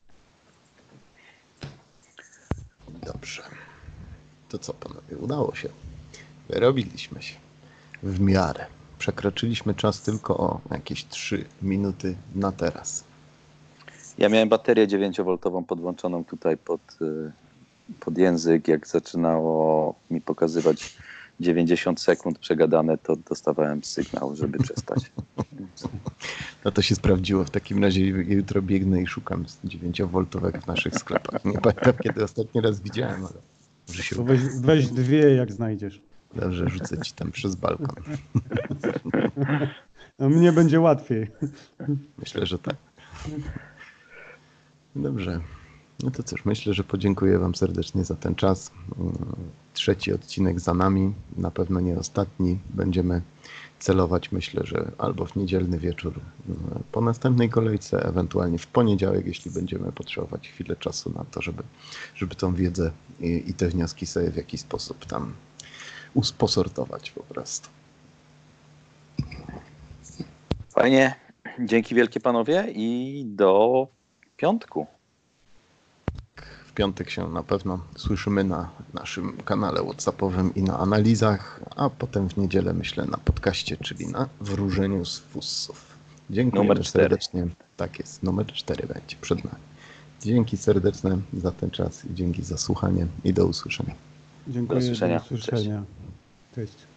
[SPEAKER 1] Dobrze. To co, panowie, udało się. Wyrobiliśmy się w miarę. Przekroczyliśmy czas tylko o jakieś trzy minuty na teraz.
[SPEAKER 2] Ja miałem baterię dziewięciowoltową podłączoną tutaj pod, pod język. Jak zaczynało mi pokazywać dziewięćdziesiąt sekund przegadane, to dostawałem sygnał, żeby przestać.
[SPEAKER 1] No to się sprawdziło. W takim razie jutro biegnę i szukam dziewięciowoltowego w naszych sklepach. Nie pamiętam, kiedy ostatni raz widziałem, ale może się...
[SPEAKER 3] To weź, weź dwie, jak znajdziesz.
[SPEAKER 1] Dobrze, rzucę ci tam przez balkon.
[SPEAKER 3] No, mnie będzie łatwiej.
[SPEAKER 1] Myślę, że tak. Dobrze. No to cóż, myślę, że podziękuję wam serdecznie za ten czas. Trzeci odcinek za nami, na pewno nie ostatni. Będziemy celować, myślę, że albo w niedzielny wieczór po następnej kolejce, ewentualnie w poniedziałek, jeśli będziemy potrzebować chwilę czasu na to, żeby, żeby tą wiedzę i, i te wnioski sobie w jakiś sposób tam usposortować po prostu.
[SPEAKER 2] Fajnie. Dzięki wielkie panowie i do piątku.
[SPEAKER 1] W piątek się na pewno słyszymy na naszym kanale WhatsAppowym i na analizach, a potem w niedzielę myślę na podcaście, czyli na wróżeniu z fussów. Dziękuję
[SPEAKER 2] Numer cztery.
[SPEAKER 1] serdecznie. Tak jest, numer cztery będzie przed nami. Dzięki serdeczne za ten czas i dzięki za słuchanie i do usłyszenia.
[SPEAKER 3] Dziękuję.
[SPEAKER 2] Do usłyszenia.
[SPEAKER 3] Do usłyszenia. Cześć. Cześć.